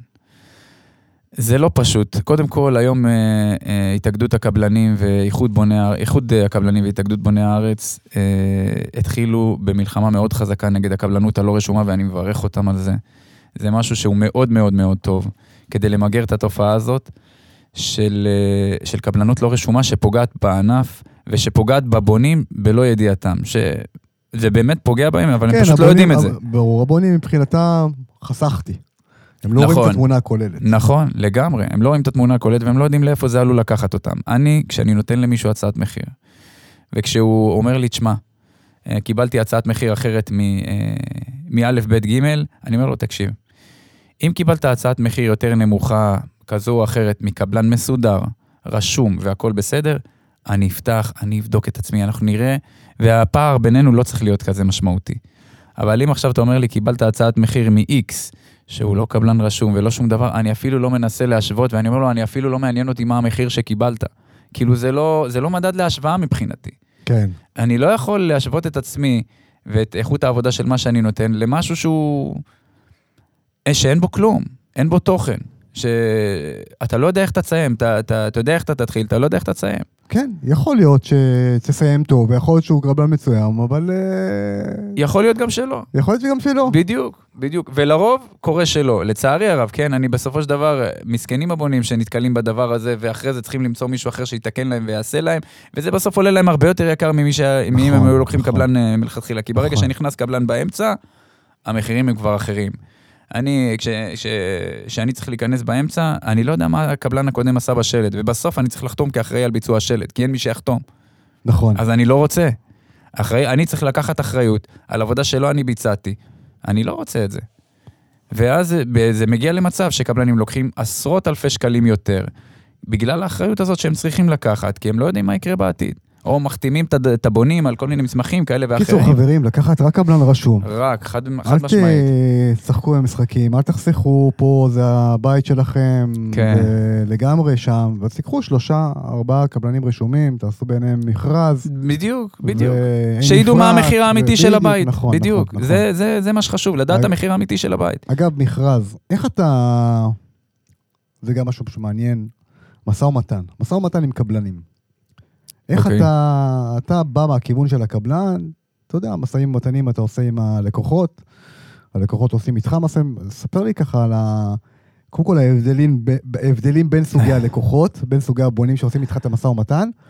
זה לא פשוט. קודם כל, היום אה, אה, התאגדות הקבלנים ואיחוד בוני, איחוד הקבלנים והתאגדות בוני הארץ אה, התחילו במלחמה מאוד חזקה נגד הקבלנות הלא רשומה, ואני מברך אותם על זה. זה משהו שהוא מאוד מאוד מאוד טוב, כדי למגר את התופעה הזאת של, אה, של קבלנות לא רשומה שפוגעת בענף, ושפוגעת בבונים בלא ידיעתם, שזה באמת פוגע בהם, אבל כן, הם פשוט הבונים, לא יודעים את זה. ברור, הבונים מבחינתם חסכתי. הם לא נכון, רואים את התמונה הכוללת. נכון, לגמרי. הם לא רואים את התמונה הכוללת, והם לא יודעים לאיפה זה עלול לקחת אותם. אני, כשאני נותן למישהו הצעת מחיר, וכשהוא אומר לי, תשמע, קיבלתי הצעת מחיר אחרת מא' ב' ג', אני אומר לו, תקשיב, אם קיבלת הצעת מחיר יותר נמוכה, כזו או אחרת, מקבלן מסודר, רשום והכל בסדר, אני אפתח, אני אבדוק את עצמי, אנחנו נראה, והפער בינינו לא צריך להיות כזה משמעותי. אבל אם עכשיו אתה אומר לי, קיבלת הצעת מחיר מ-X, שהוא לא קבלן רשום ולא שום דבר, אני אפילו לא מנסה להשוות, ואני אומר לו, אני אפילו לא מעניין אותי מה המחיר שקיבלת. כאילו זה לא, זה לא מדד להשוואה מבחינתי. כן. אני לא יכול להשוות את עצמי, ואת איכות העבודה של מה שאני נותן, למשהו שהוא, שאין בו כלום, אין בו תוכן. שאתה לא יודע איך תציים, אתה, אתה, אתה יודע איך אתה תתחיל, אתה לא יודע איך תציים. כן, יכול להיות שתסיים טוב, ויכול להיות שהוא קבלן מצוין, אבל... יכול להיות גם שלא. יכול להיות שגם שלא. בדיוק, בדיוק. ולרוב קורה שלא. לצערי הרב, כן, אני בסופו של דבר, מסכנים הבונים שנתקלים בדבר הזה, ואחרי זה צריכים למצוא מישהו אחר שיתקן להם ויעשה להם, וזה בסוף עולה להם הרבה יותר יקר ממי שהם היו לוקחים קבלן מלכתחילה. כי ברגע שנכנס קבלן באמצע, המחירים הם כבר אחרים. אני, כש, כש, כשאני צריך להיכנס באמצע, אני לא יודע מה הקבלן הקודם עשה בשלט, ובסוף אני צריך לחתום כאחראי על ביצוע השלט, כי אין מי שיחתום. נכון. אז אני לא רוצה. אחראי, אני צריך לקחת אחריות על עבודה שלא אני ביצעתי. אני לא רוצה את זה. ואז זה מגיע למצב שקבלנים לוקחים עשרות אלפי שקלים יותר, בגלל האחריות הזאת שהם צריכים לקחת, כי הם לא יודעים מה יקרה בעתיד. או מחתימים את הבונים על כל מיני מסמכים כאלה ואחרים. קיצור חברים, לקחת רק קבלן רשום. רק, חד, חד משמעית. אל תשחקו במשחקים, אל תחסכו פה, זה הבית שלכם, כן. לגמרי שם, ואז תיקחו שלושה, ארבעה קבלנים רשומים, תעשו ביניהם מכרז. בדיוק, בדיוק. שידעו מה המחיר האמיתי של הבית. נכון, בדיוק, נכון, זה, זה, זה מה שחשוב, לדעת המחיר האמיתי של הבית. אגב, מכרז, איך אתה, זה גם משהו שמעניין, משא ומתן, משא ומתן עם קבלנים. איך okay. אתה, אתה בא מהכיוון של הקבלן, אתה יודע, מסעים ומתנים אתה עושה עם הלקוחות, הלקוחות עושים איתך מסעים, ספר לי ככה על ה... קודם כל ההבדלים, ההבדלים בין סוגי הלקוחות, בין סוגי הבונים שעושים איתך את המשא ומתן,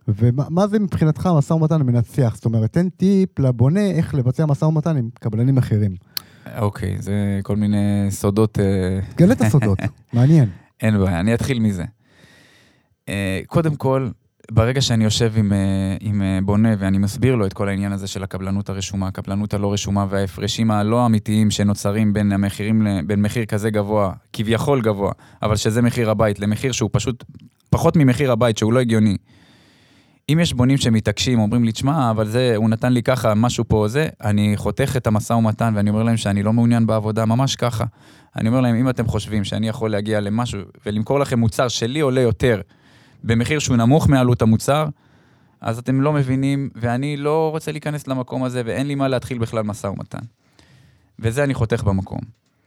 ומה זה מבחינתך משא ומתן מנצח? זאת אומרת, תן טיפ לבונה איך לבצע משא ומתן עם קבלנים אחרים. אוקיי, זה כל מיני סודות. גלה את הסודות, מעניין. אין בעיה, אני אתחיל מזה. קודם כל, ברגע שאני יושב עם, עם בונה ואני מסביר לו את כל העניין הזה של הקבלנות הרשומה, הקבלנות הלא רשומה וההפרשים הלא אמיתיים שנוצרים בין המחירים, בין מחיר כזה גבוה, כביכול גבוה, אבל שזה מחיר הבית, למחיר שהוא פשוט פחות ממחיר הבית, שהוא לא הגיוני. אם יש בונים שמתעקשים, אומרים לי, תשמע, אבל זה, הוא נתן לי ככה, משהו פה זה, אני חותך את המשא ומתן ואני אומר להם שאני לא מעוניין בעבודה, ממש ככה. אני אומר להם, אם אתם חושבים שאני יכול להגיע למשהו ולמכור לכם מוצר שלי עולה יותר, במחיר שהוא נמוך מעלות המוצר, אז אתם לא מבינים, ואני לא רוצה להיכנס למקום הזה, ואין לי מה להתחיל בכלל משא ומתן. וזה אני חותך במקום.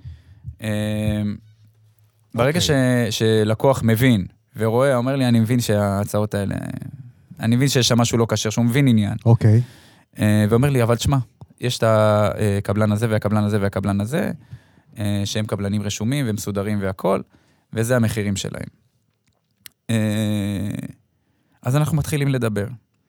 ברגע שלקוח מבין, ורואה, אומר לי, אני מבין שההצעות האלה, אני מבין שיש שם משהו לא קשר, שהוא מבין עניין. אוקיי. ואומר לי, אבל תשמע, יש את הקבלן הזה והקבלן הזה והקבלן הזה, שהם קבלנים רשומים ומסודרים והכל, וזה המחירים שלהם. אז אנחנו מתחילים לדבר.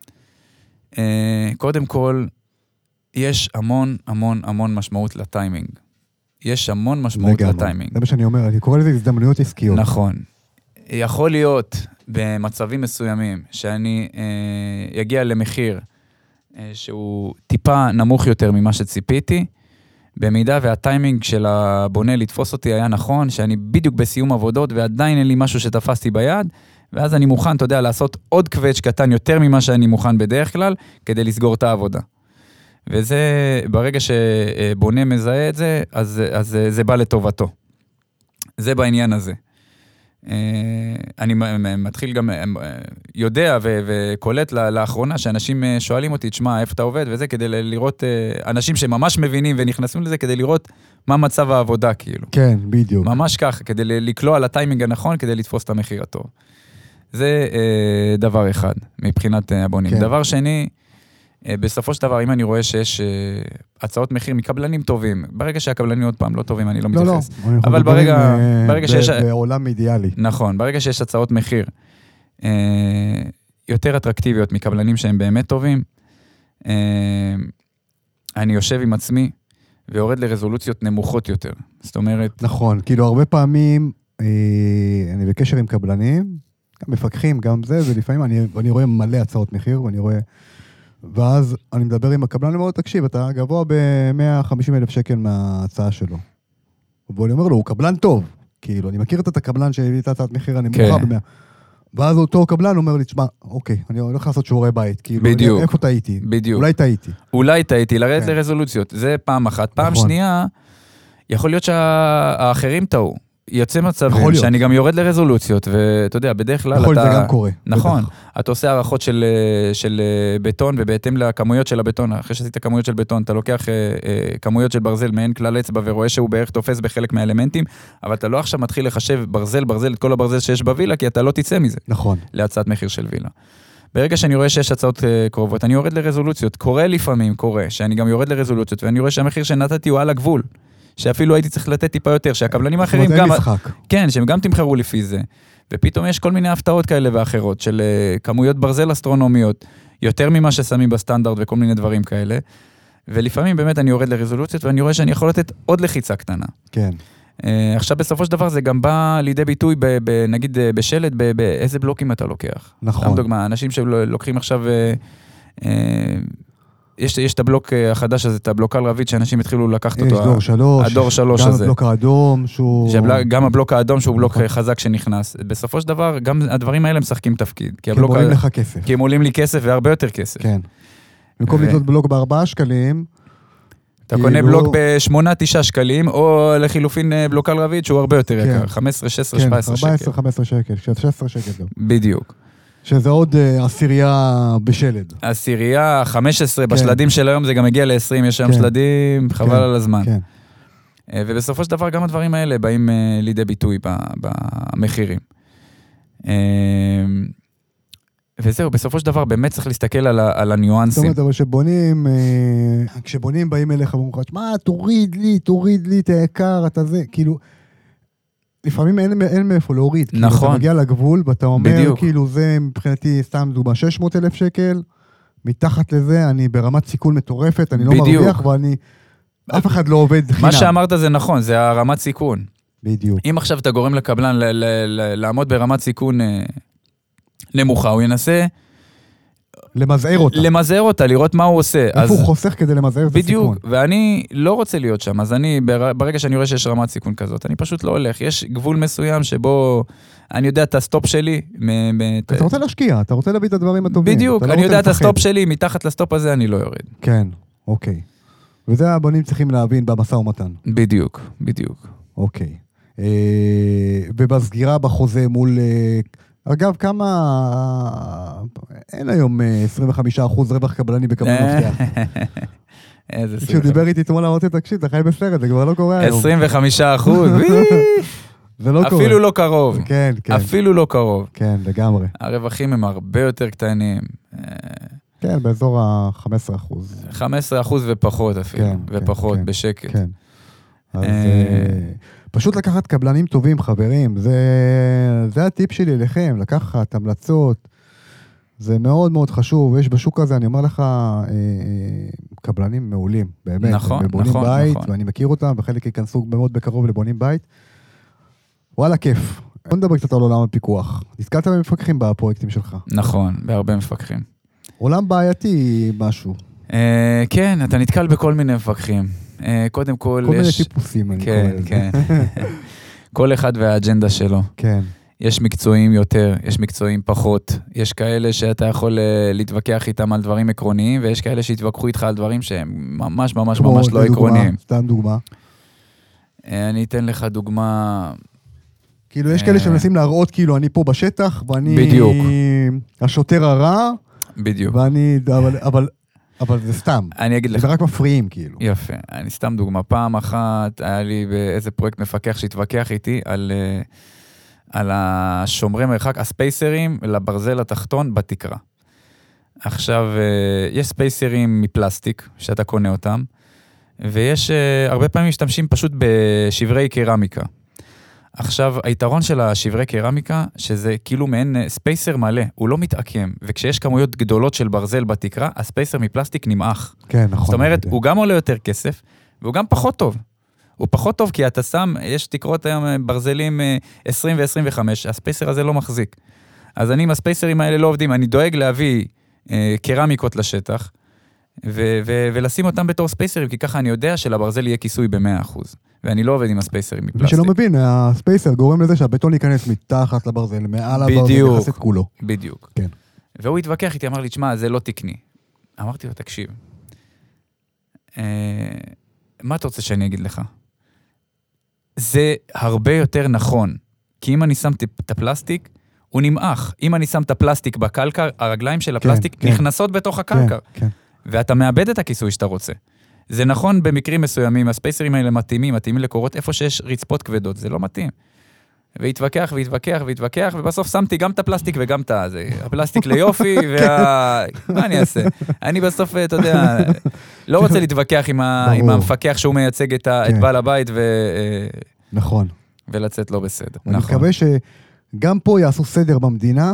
קודם כל, יש המון המון המון משמעות לטיימינג. יש המון משמעות לטיימינג. זה מה שאני אומר, אני קורא לזה הזדמנויות עסקיות. נכון. יכול להיות במצבים מסוימים שאני יגיע למחיר שהוא טיפה נמוך יותר ממה שציפיתי, במידה והטיימינג של הבונה לתפוס אותי היה נכון, שאני בדיוק בסיום עבודות ועדיין אין לי משהו שתפסתי ביד, ואז אני מוכן, אתה יודע, לעשות עוד קווץ' קטן יותר ממה שאני מוכן בדרך כלל, כדי לסגור את העבודה. וזה, ברגע שבונה מזהה את זה, אז, אז זה בא לטובתו. זה בעניין הזה. אני מתחיל גם, יודע וקולט לאחרונה שאנשים שואלים אותי, תשמע, איפה אתה עובד וזה, כדי לראות, אנשים שממש מבינים ונכנסים לזה, כדי לראות מה מצב העבודה, כאילו. כן, בדיוק. ממש כך, כדי לקלוע על הטיימינג הנכון, כדי לתפוס את המחיר הטוב. זה דבר אחד, מבחינת הבונים. כן. דבר שני, בסופו של דבר, אם אני רואה שיש הצעות מחיר מקבלנים טובים, ברגע שהקבלנים עוד פעם לא טובים, אני לא מתייחס. לא, לא. אבל ברגע, ברגע שיש... בעולם אידיאלי. נכון, ברגע שיש הצעות מחיר יותר אטרקטיביות מקבלנים שהם באמת טובים, אני יושב עם עצמי ויורד לרזולוציות נמוכות יותר. זאת אומרת... נכון, כאילו הרבה פעמים אני בקשר עם קבלנים, גם מפקחים, גם זה, ולפעמים אני, אני רואה מלא הצעות מחיר, ואני רואה... ואז אני מדבר עם הקבלן, אני אומר, תקשיב, אתה גבוה ב-מאה וחמישים אלף שקל מההצעה שלו. ואני אומר לו, הוא קבלן טוב. כאילו, אני מכיר את הקבלן שהביא את הצעת מחיר, אני מוכר ב-מאה. ואז אותו קבלן אומר לי, תשמע, אוקיי, אני הולך לעשות שיעורי בית. כאילו, בדיוק. איפה טעיתי? בדיוק. אולי טעיתי. אולי טעיתי, לרדת לרזולוציות. זה פעם אחת. פעם שנייה, יכול להיות שהאחרים טעו. יוצא מצבים שאני גם יורד לרזולוציות, ואתה יודע, בדרך כלל אתה... יכול, זה גם קורה. נכון. אתה עושה הערכות של, של בטון, ובהתאם לכמויות של הבטון, אחרי שעשית כמויות של בטון, אתה לוקח כמויות של ברזל מעין כלל אצבע, ורואה שהוא בערך תופס בחלק מהאלמנטים, אבל אתה לא עכשיו מתחיל לחשב ברזל, ברזל, את כל הברזל שיש בווילה, כי אתה לא תצא מזה. נכון. להצעת מחיר של וילה. ברגע שאני רואה שיש הצעות קרובות, אני יורד לרזולוציות. קורה לפעמים, קורה, שאני גם יורד לרזולוציות, ואני רואה שהמחיר שנתתי הוא על הגבול. שאפילו הייתי צריך לתת טיפה יותר, שהקבלנים האחרים גם... כן, שהם גם תמחרו לפי זה. ופתאום יש כל מיני הפתעות כאלה ואחרות, של כמויות ברזל אסטרונומיות, יותר ממה ששמים בסטנדרט וכל מיני דברים כאלה. ולפעמים באמת אני יורד לרזולוציות, ואני רואה שאני יכול לתת עוד לחיצה קטנה. כן. עכשיו בסופו של דבר זה גם בא לידי ביטוי, נגיד בשלט, באיזה בלוקים אתה לוקח. נכון. סתם דוגמה, אנשים שלוקחים עכשיו... יש, יש את הבלוק החדש הזה, את הבלוק על רבית, שאנשים התחילו לקחת אותו. יש דור שלוש. הדור שלוש הזה. גם הבלוק האדום, שהוא... גם הבלוק האדום, שהוא בלוק חזק שנכנס. בסופו של דבר, גם הדברים האלה משחקים תפקיד. כי הם עולים לך כסף. כי הם עולים לי כסף והרבה יותר כסף. כן. במקום לקנות בלוק בארבעה שקלים... אתה קונה בלוק בשמונה, תשעה שקלים, או לחילופין בלוק על רבית, שהוא הרבה יותר יקר. חמש עשרה, שש עשרה, שבע עשרה שקל. ארבע עשרה, חמש עשרה שקל. שש עשרה שקל גם. בדיוק. שזה עוד עשירייה בשלד. עשירייה, חמש עשרה, בשלדים של היום זה גם מגיע ל-עשרים, יש היום שלדים, חבל על הזמן. ובסופו של דבר גם הדברים האלה באים לידי ביטוי במחירים. וזהו, בסופו של דבר באמת צריך להסתכל על הניואנסים. זאת אומרת, אבל שבונים, כשבונים באים אליך ואומרים לך, מה, תוריד לי, תוריד לי את היקר, אתה זה, כאילו, לפעמים אין, אין מאיפה להוריד. נכון. כאילו, אתה מגיע לגבול, ואתה אומר, בדיוק. כאילו, זה מבחינתי, סתם דוגמה, שש מאות אלף שקל, מתחת לזה, אני ברמת סיכון מטורפת, אני לא בדיוק. מרוויח, ואני, אף אחד לא עובד חינם. מה שאמרת זה נכון, זה הרמת סיכון. בדיוק. אם עכשיו אתה גורם לקבלן ל- ל- ל- לעמוד ברמת סיכון אה, נמוכה, הוא ינסה למזער אותה. למזער אותה, לראות מה הוא עושה. איפה אז... הוא חוסך כדי למזער את הסיכון. בדיוק, ואני לא רוצה להיות שם, אז אני, ברגע שאני רואה שיש רמת סיכון כזאת, אני פשוט לא הולך. יש גבול מסוים שבו אני יודע את הסטופ שלי. אתה רוצה להשקיע, אתה רוצה להביא את הדברים הטובים. בדיוק, אני יודע את הסטופ שלי, מתחת לסטופ הזה אני לא יורד. כן, אוקיי. וזה הבונים צריכים להבין במשא ומתן. בדיוק, בדיוק. אוקיי. ובסגירה בחוזה מול... אגב, כמה... אין היום עשרים וחמישה אחוז רווח קבלני בקבלן מפתח. איזה סרט. כשהוא דיבר איתי אתמול, אמרתי, תקשיב, אתה חי בסרט, זה כבר לא קורה היום. עשרים וחמישה אחוז, זה לא קורה. אפילו לא קרוב. כן, כן. אפילו לא קרוב. כן, לגמרי. הרווחים הם הרבה יותר קטנים. כן, באזור ה-חמישה עשר אחוז. חמישה עשר אחוז ופחות אפילו, ופחות, בשקט. כן. אז פשוט לקחת קבלנים טובים, חברים, זה הטיפ שלי אליכם, לקחת המלצות, זה מאוד מאוד חשוב, יש בשוק הזה, אני אומר לך, קבלנים מעולים, באמת, נכון, בבונים נכון, בית, נכון. ואני מכיר אותם, וחלק ייכנסו מאוד בקרוב לבונים בית, וואלה, כיף. בוא נדבר קצת על עולם הפיקוח. נזכרת במפקחים בפרויקטים שלך. נכון, בהרבה מפקחים. עולם בעייתי משהו. כן, אתה נתקל בכל מיני מפקחים. קודם כל, כל יש... מיני טיפוסים, אני קורא לזה. כן, כן. כל אחד והאג'נדה שלו. כן. יש מקצועיים יותר, יש מקצועיים פחות. יש כאלה שאתה יכול להתווכח איתם על דברים עקרוניים, ויש כאלה שהתווכחו איתך על דברים שהם ממש ממש ממש לא עקרוניים. סתם דוגמה. אני אתן לך דוגמה... כאילו, יש כאלה שמנסים להראות, כאילו, אני פה בשטח, ואני... בדיוק. השוטר הרע. בדיוק. ואני... אבל... אבל... אבל זה סתם. אני אגיד לך. זה רק מפריעים, כאילו. יפה. אני סתם דוגמה. פעם אחת היה לי באיזה פרויקט מפקח שהתווכח איתי על, על השומרי מרחק, הספייסרים לברזל התחתון בתקרה. עכשיו, יש ספייסרים מפלסטיק, שאתה קונה אותם, ויש הרבה פעמים משתמשים פשוט בשברי קרמיקה. עכשיו, היתרון של השברי קרמיקה, שזה כאילו מעין ספייסר מלא, הוא לא מתעקם, וכשיש כמויות גדולות של ברזל בתקרה, הספייסר מפלסטיק נמעך. כן, נכון. זאת אומרת, הוא גם עולה יותר כסף, והוא גם פחות טוב. הוא פחות טוב, כי אתה שם, יש תקרות היום ברזלים עשרים ו-עשרים וחמש, הספייסר הזה לא מחזיק. אז אני עם הספייסרים האלה לא עובדים, אני דואג להביא אה, קרמיקות לשטח, ו- ו- ולשים אותם בתור ספייסרים, כי ככה אני יודע שלברזל יהיה כיסוי ב-מאה אחוז. ואני לא עובד עם הספייסרים מפלסטיק. מי שלא מבין, הספייסר גורם לזה שהבטון ייכנס מתחת לברזל, מעל הברזל, יחס את כולו. בדיוק. כן. והוא התווכח איתי, אמר לי, תשמע, זה לא תקני. אמרתי לו, תקשיב, אה, מה אתה רוצה שאני אגיד לך? זה הרבה יותר נכון, כי אם אני שם את הפלסטיק, הוא נמעך. אם אני שם את הפלסטיק בקלקר, הרגליים של הפלסטיק כן, נכנסות כן. בתוך הקלקר. כן, כן. ואתה מאבד את הכיסוי שאתה רוצה. זה נכון במקרים מסוימים, הספייסרים האלה מתאימים, מתאימים לקורות איפה שיש רצפות כבדות, זה לא מתאים. והתווכח והתווכח והתווכח, ובסוף שמתי גם את הפלסטיק וגם את הזה. הפלסטיק ליופי, וה... מה אני אעשה? אני בסוף, אתה יודע, לא רוצה להתווכח עם, ה... עם המפקח שהוא מייצג את, ה... כן. את בעל הבית, ו... נכון. ולצאת לא בסדר. אני נכון. מקווה שגם פה יעשו סדר במדינה,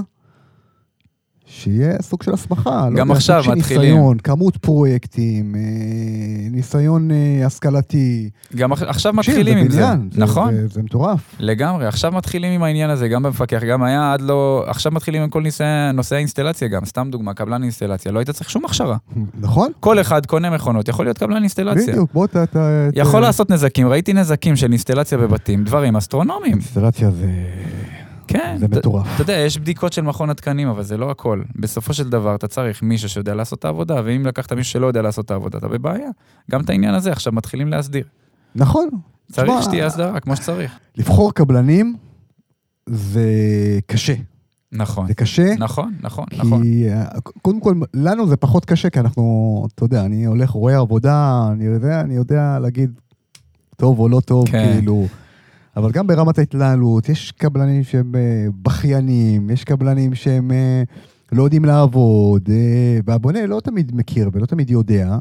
שיהיה סוג של הסמכה. גם לא עכשיו סוג של מתחילים. ניסיון, כמות פרויקטים, אה, ניסיון אה, השכלתי. גם עכשיו תקשיב, מתחילים עם זה. בניין, זה. נכון. זה, זה מטורף. לגמרי, עכשיו מתחילים עם העניין הזה, גם במפקח, גם היה עד לא, עכשיו מתחילים עם כל נושא, נושא האינסטלציה גם, סתם דוגמה, קבלן אינסטלציה, לא היית צריך שום הכשרה. נכון? כל אחד קונה מכונות, יכול להיות קבלן אינסטלציה. בדיוק, בוא ת... ת יכול ת... לעשות נזקים, ראיתי נזקים של אינסטלציה בבתים, דברים אסטרונומיים. אינסטלציה זה... כן. זה מטורף. אתה יודע, יש בדיקות של מכון התקנים, אבל זה לא הכל. בסופו של דבר, אתה צריך מישהו שיודע לעשות את העבודה, ואם לקחת מישהו שלא יודע לעשות את העבודה, אתה בבעיה. גם את העניין הזה, עכשיו מתחילים להסדיר. נכון. צריך שמה, שתהיה הסדרה, כמו שצריך. לבחור קבלנים זה קשה. נכון. זה קשה. נכון, נכון, כי נכון. קודם כל, לנו זה פחות קשה, כי אנחנו, אתה יודע, אני הולך, רואה עבודה, אני יודע, אני יודע להגיד טוב או לא טוב, כן. כאילו... אבל גם ברמת ההתנהלות, יש קבלנים שהם בכיינים, יש קבלנים שהם לא יודעים לעבוד, והבונה לא תמיד מכיר ולא תמיד יודע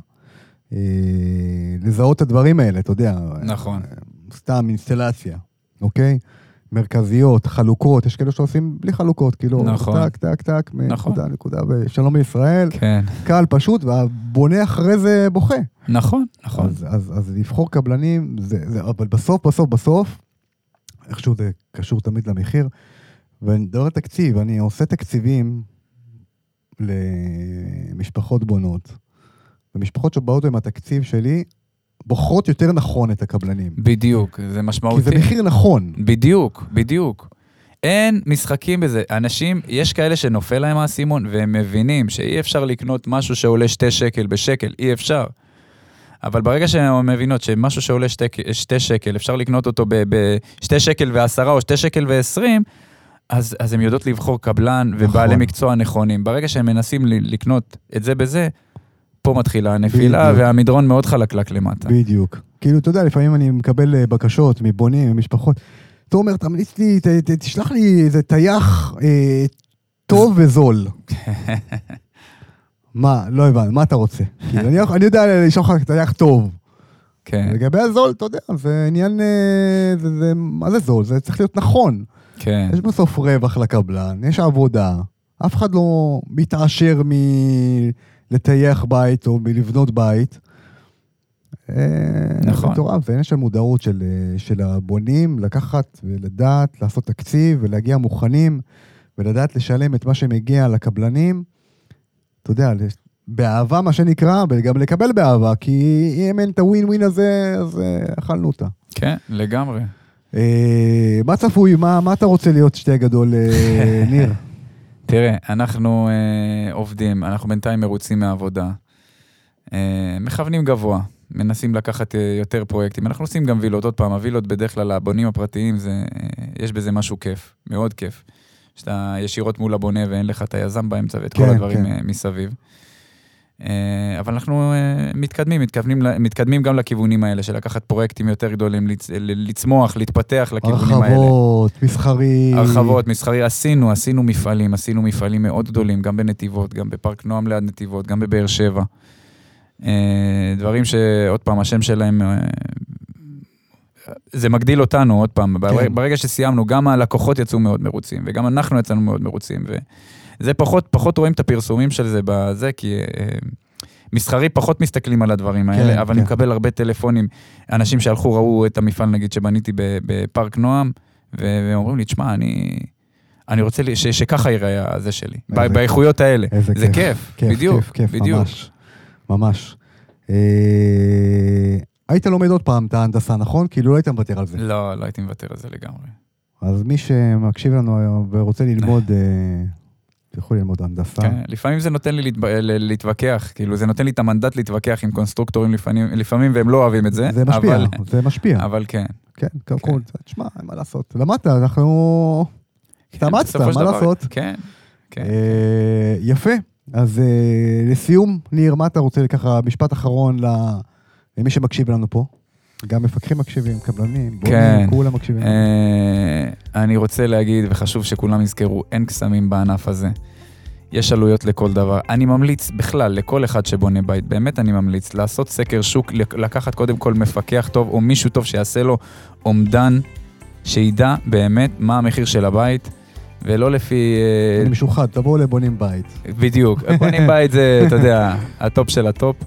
לזהות את הדברים האלה, אתה יודע. נכון. סתם אינסטלציה, אוקיי? מרכזיות, חלוקות, יש כאלה שעושים בלי חלוקות, כאילו, נכון. טק, טק, טק, נכון. נקודה, נקודה, ושלום בישראל, כן. קל, פשוט, והבונה אחרי זה בוכה. נכון, נכון. אז, אז, אז לבחור קבלנים, זה, זה, אבל בסוף, בסוף, בסוף, איכשהו זה קשור תמיד למחיר, ואני מדבר על תקציב, אני עושה תקציבים למשפחות בונות, ומשפחות שבאות עם התקציב שלי, בוחרות יותר נכון את הקבלנים. בדיוק, זה משמעותי. כי זה מחיר נכון. בדיוק, בדיוק. אין משחקים בזה. אנשים, יש כאלה שנופל להם האסימון, והם מבינים שאי אפשר לקנות משהו שעולה שתי שקל בשקל, אי אפשר. אבל ברגע שהן מבינות שמשהו שעולה שתי, שתי שקל, אפשר לקנות אותו בשתי שקל ועשרה או שתי שקל ועשרים, אז, אז הם יודעות לבחור קבלן ובעלי נכון. מקצוע נכונים. ברגע שהם מנסים לקנות את זה בזה, פה מתחילה הנפילה, בדיוק. והמדרון מאוד חלקלק למטה. בדיוק. כאילו, אתה יודע, לפעמים אני מקבל בקשות מבונים, ממשפחות, אתה אומר, תמליץ לי, ת, ת, תשלח לי איזה תייך אה, טוב וזול. מה? לא הבנתי, מה אתה רוצה? כאילו, אני, אני יודע לשלוח לך תייך טוב. כן. לגבי הזול, אתה יודע, זה עניין, זה, זה, מה זה זול? זה צריך להיות נכון. כן. יש בסוף רווח לקבלן, יש עבודה, אף אחד לא מתעשר מ... לתייך בית או מלבנות בית. נכון. זה תורם, זה עניין של מודעות של, של הבונים, לקחת ולדעת, לעשות תקציב ולהגיע מוכנים, ולדעת לשלם את מה שמגיע לקבלנים, אתה יודע, באהבה מה שנקרא, וגם לקבל באהבה, כי אם אין את הווין ווין הזה, אז אכלנו אותה. כן, לגמרי. מה צפוי, מה, מה אתה רוצה להיות שתי גדול, ניר? תראה, אנחנו אה, עובדים, אנחנו בינתיים מרוצים מהעבודה, אה, מכוונים גבוה, מנסים לקחת אה, יותר פרויקטים, אנחנו עושים גם וילות, עוד פעם, הווילות בדרך כלל הבונים הפרטיים, זה, אה, יש בזה משהו כיף, מאוד כיף, שאתה ישירות מול הבונה ואין לך את היזם באמצע ואת כן, כל הדברים כן. אה, מסביב. אה, אבל אנחנו אה, מתקדמים, מתקדמים, מתקדמים גם לכיוונים האלה, של לקחת פרויקטים יותר גדולים, לצ, לצמוח, להתפתח לכיוונים הרחבות, האלה. הרחבות, מסחרי. הרחבות, מסחרי, עשינו, עשינו מפעלים, עשינו מפעלים מאוד גדולים, גם בנתיבות, גם בפארק נועם ליד נתיבות, גם בבאר שבע. אה, דברים שעוד פעם, השם שלהם, אה, זה מגדיל אותנו עוד פעם. כן. ברגע שסיימנו, גם הלקוחות יצאו מאוד מרוצים, וגם אנחנו יצאנו מאוד מרוצים, ו... זה פחות, פחות רואים את הפרסומים של זה בזה, כי אה, מסחרי פחות מסתכלים על הדברים האלה, כן, אבל כן. אני מקבל הרבה טלפונים, אנשים שהלכו, ראו את המפעל, נגיד, שבניתי בפארק נועם, והם אומרים לי, תשמע, אני, אני רוצה לי, ש, שככה ייראה הזה שלי, ב, באיכויות האלה. זה כיף, כיף, כיף בדיוק, כיף, כיף, בדיוק. ממש, ממש. אה, היית לומד עוד פעם את ההנדסה, נכון? כאילו לא היית מוותר על זה. לא, לא הייתי מוותר על זה לגמרי. אז מי שמקשיב לנו ורוצה ללמוד... יכול ללמוד הנדסה. כן, לפעמים זה נותן לי להתווכח, כאילו זה נותן לי את המנדט להתווכח עם קונסטרוקטורים לפעמים, לפעמים והם לא אוהבים את זה. זה משפיע, אבל, זה משפיע. אבל כן. כן, כן, כן. תשמע, מה לעשות? למדת, אנחנו... תאמצת, מה לעשות? כן, כן. אה, יפה. אז אה, לסיום, ניר, מה אתה רוצה ככה, משפט אחרון למי שמקשיב לנו פה? גם מפקחים מקשיבים, קבלנים, בונים, כולם מקשיבים. אני רוצה להגיד, וחשוב שכולם יזכרו, אין קסמים בענף הזה. יש עלויות לכל דבר. אני ממליץ בכלל, לכל אחד שבונה בית, באמת אני ממליץ, לעשות סקר שוק, לקחת קודם כל מפקח טוב, או מישהו טוב שיעשה לו אומדן, שידע באמת מה המחיר של הבית, ולא לפי... אני משוחד, תבואו לבונים בית. בדיוק, בונים בית זה, אתה יודע, הטופ של הטופ.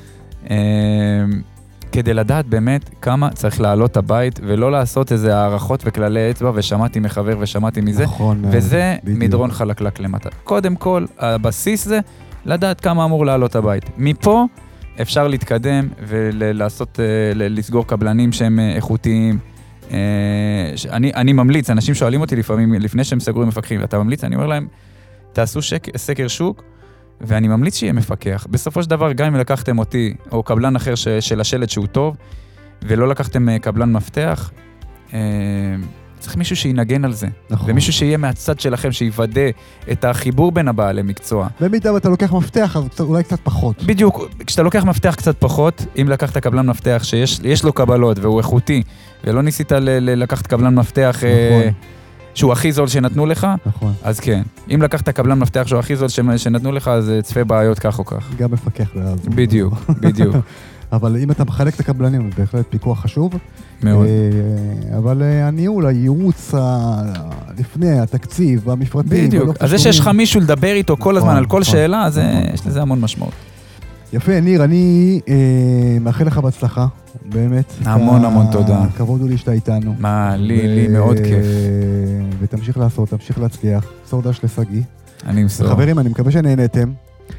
כדי לדעת באמת כמה צריך לעלות הבית, ולא לעשות איזה הערכות וכללי אצבע, ושמעתי מחבר ושמעתי מזה, נכון, וזה בדיוק. מדרון חלקלק למטה. קודם כל, הבסיס זה לדעת כמה אמור לעלות הבית. מפה אפשר להתקדם ולעשות, לסגור קבלנים שהם איכותיים. אני, אני ממליץ, אנשים שואלים אותי לפעמים, לפני שהם סגרו מפקחים, ואתה ממליץ, אני אומר להם, תעשו שק, סקר שוק, ואני ממליץ שיהיה מפקח. בסופו של דבר, גם אם לקחתם אותי, או קבלן אחר ש, של השלט שהוא טוב, ולא לקחתם קבלן מפתח, אה, צריך מישהו שינגן על זה. נכון. ומישהו שיהיה מהצד שלכם, שיוודא את החיבור בין הבעלי מקצוע. במידה ואתה לוקח מפתח, אז אולי קצת פחות. בדיוק, כשאתה לוקח מפתח קצת פחות, אם לקחת קבלן מפתח שיש יש לו קבלות, והוא איכותי, ולא ניסית ל, ל, לקחת קבלן מפתח... נכון. אה, שהוא הכי זול שנתנו לך, נכון. אז כן. אם לקחת קבלן מפתח שהוא הכי זול שנתנו לך, אז צפה בעיות כך או כך. גם מפקח. בדיוק, בדיוק. אבל אם אתה מחלק את הקבלנים, זה בהחלט פיקוח חשוב. מאוד. אבל הניהול, הייעוץ לפני, התקציב, המפרטים. בדיוק. אז זה שיש לך מישהו לדבר איתו כל הזמן על כל שאלה, יש לזה המון משמעות. יפה, ניר, אני מאחל לך בהצלחה, באמת. המון המון תודה. כבוד הוא לי שאתה איתנו. מה, לי, לי מאוד כיף. ותמשיך לעשות, תמשיך להצליח. מסור דש לסגי. אני מסור. חברים, אני מקווה שנהנתם.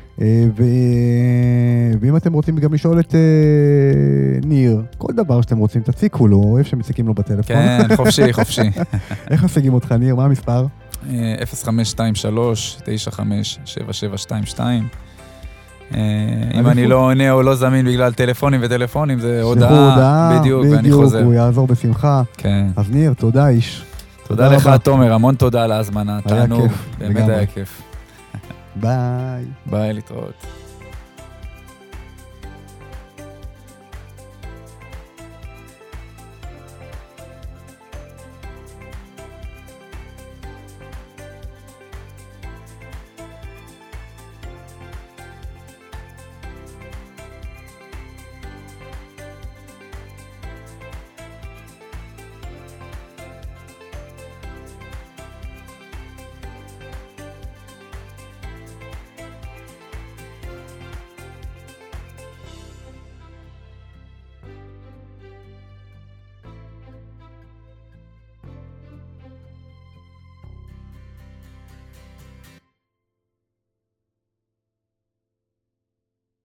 ואם אתם רוצים גם לשאול את ניר, כל דבר שאתם רוצים, תציקו לו, איפה שמציקים לו בטלפון. כן, חופשי, חופשי. איך משיגים אותך, ניר? מה המספר? אפס חמש שתיים שלוש תשע חמש שבע שבע שתיים שתיים. אם אני לא עונה או לא זמין בגלל טלפונים וטלפונים, זה הודעה, בדיוק, ואני חוזר. בדיוק, הוא יעזור בשמחה. כן. אז ניר, תודה איש. תודה לך, תומר, המון תודה על ההזמנה. היה כיף. באמת היה כיף. ביי. ביי, להתראות.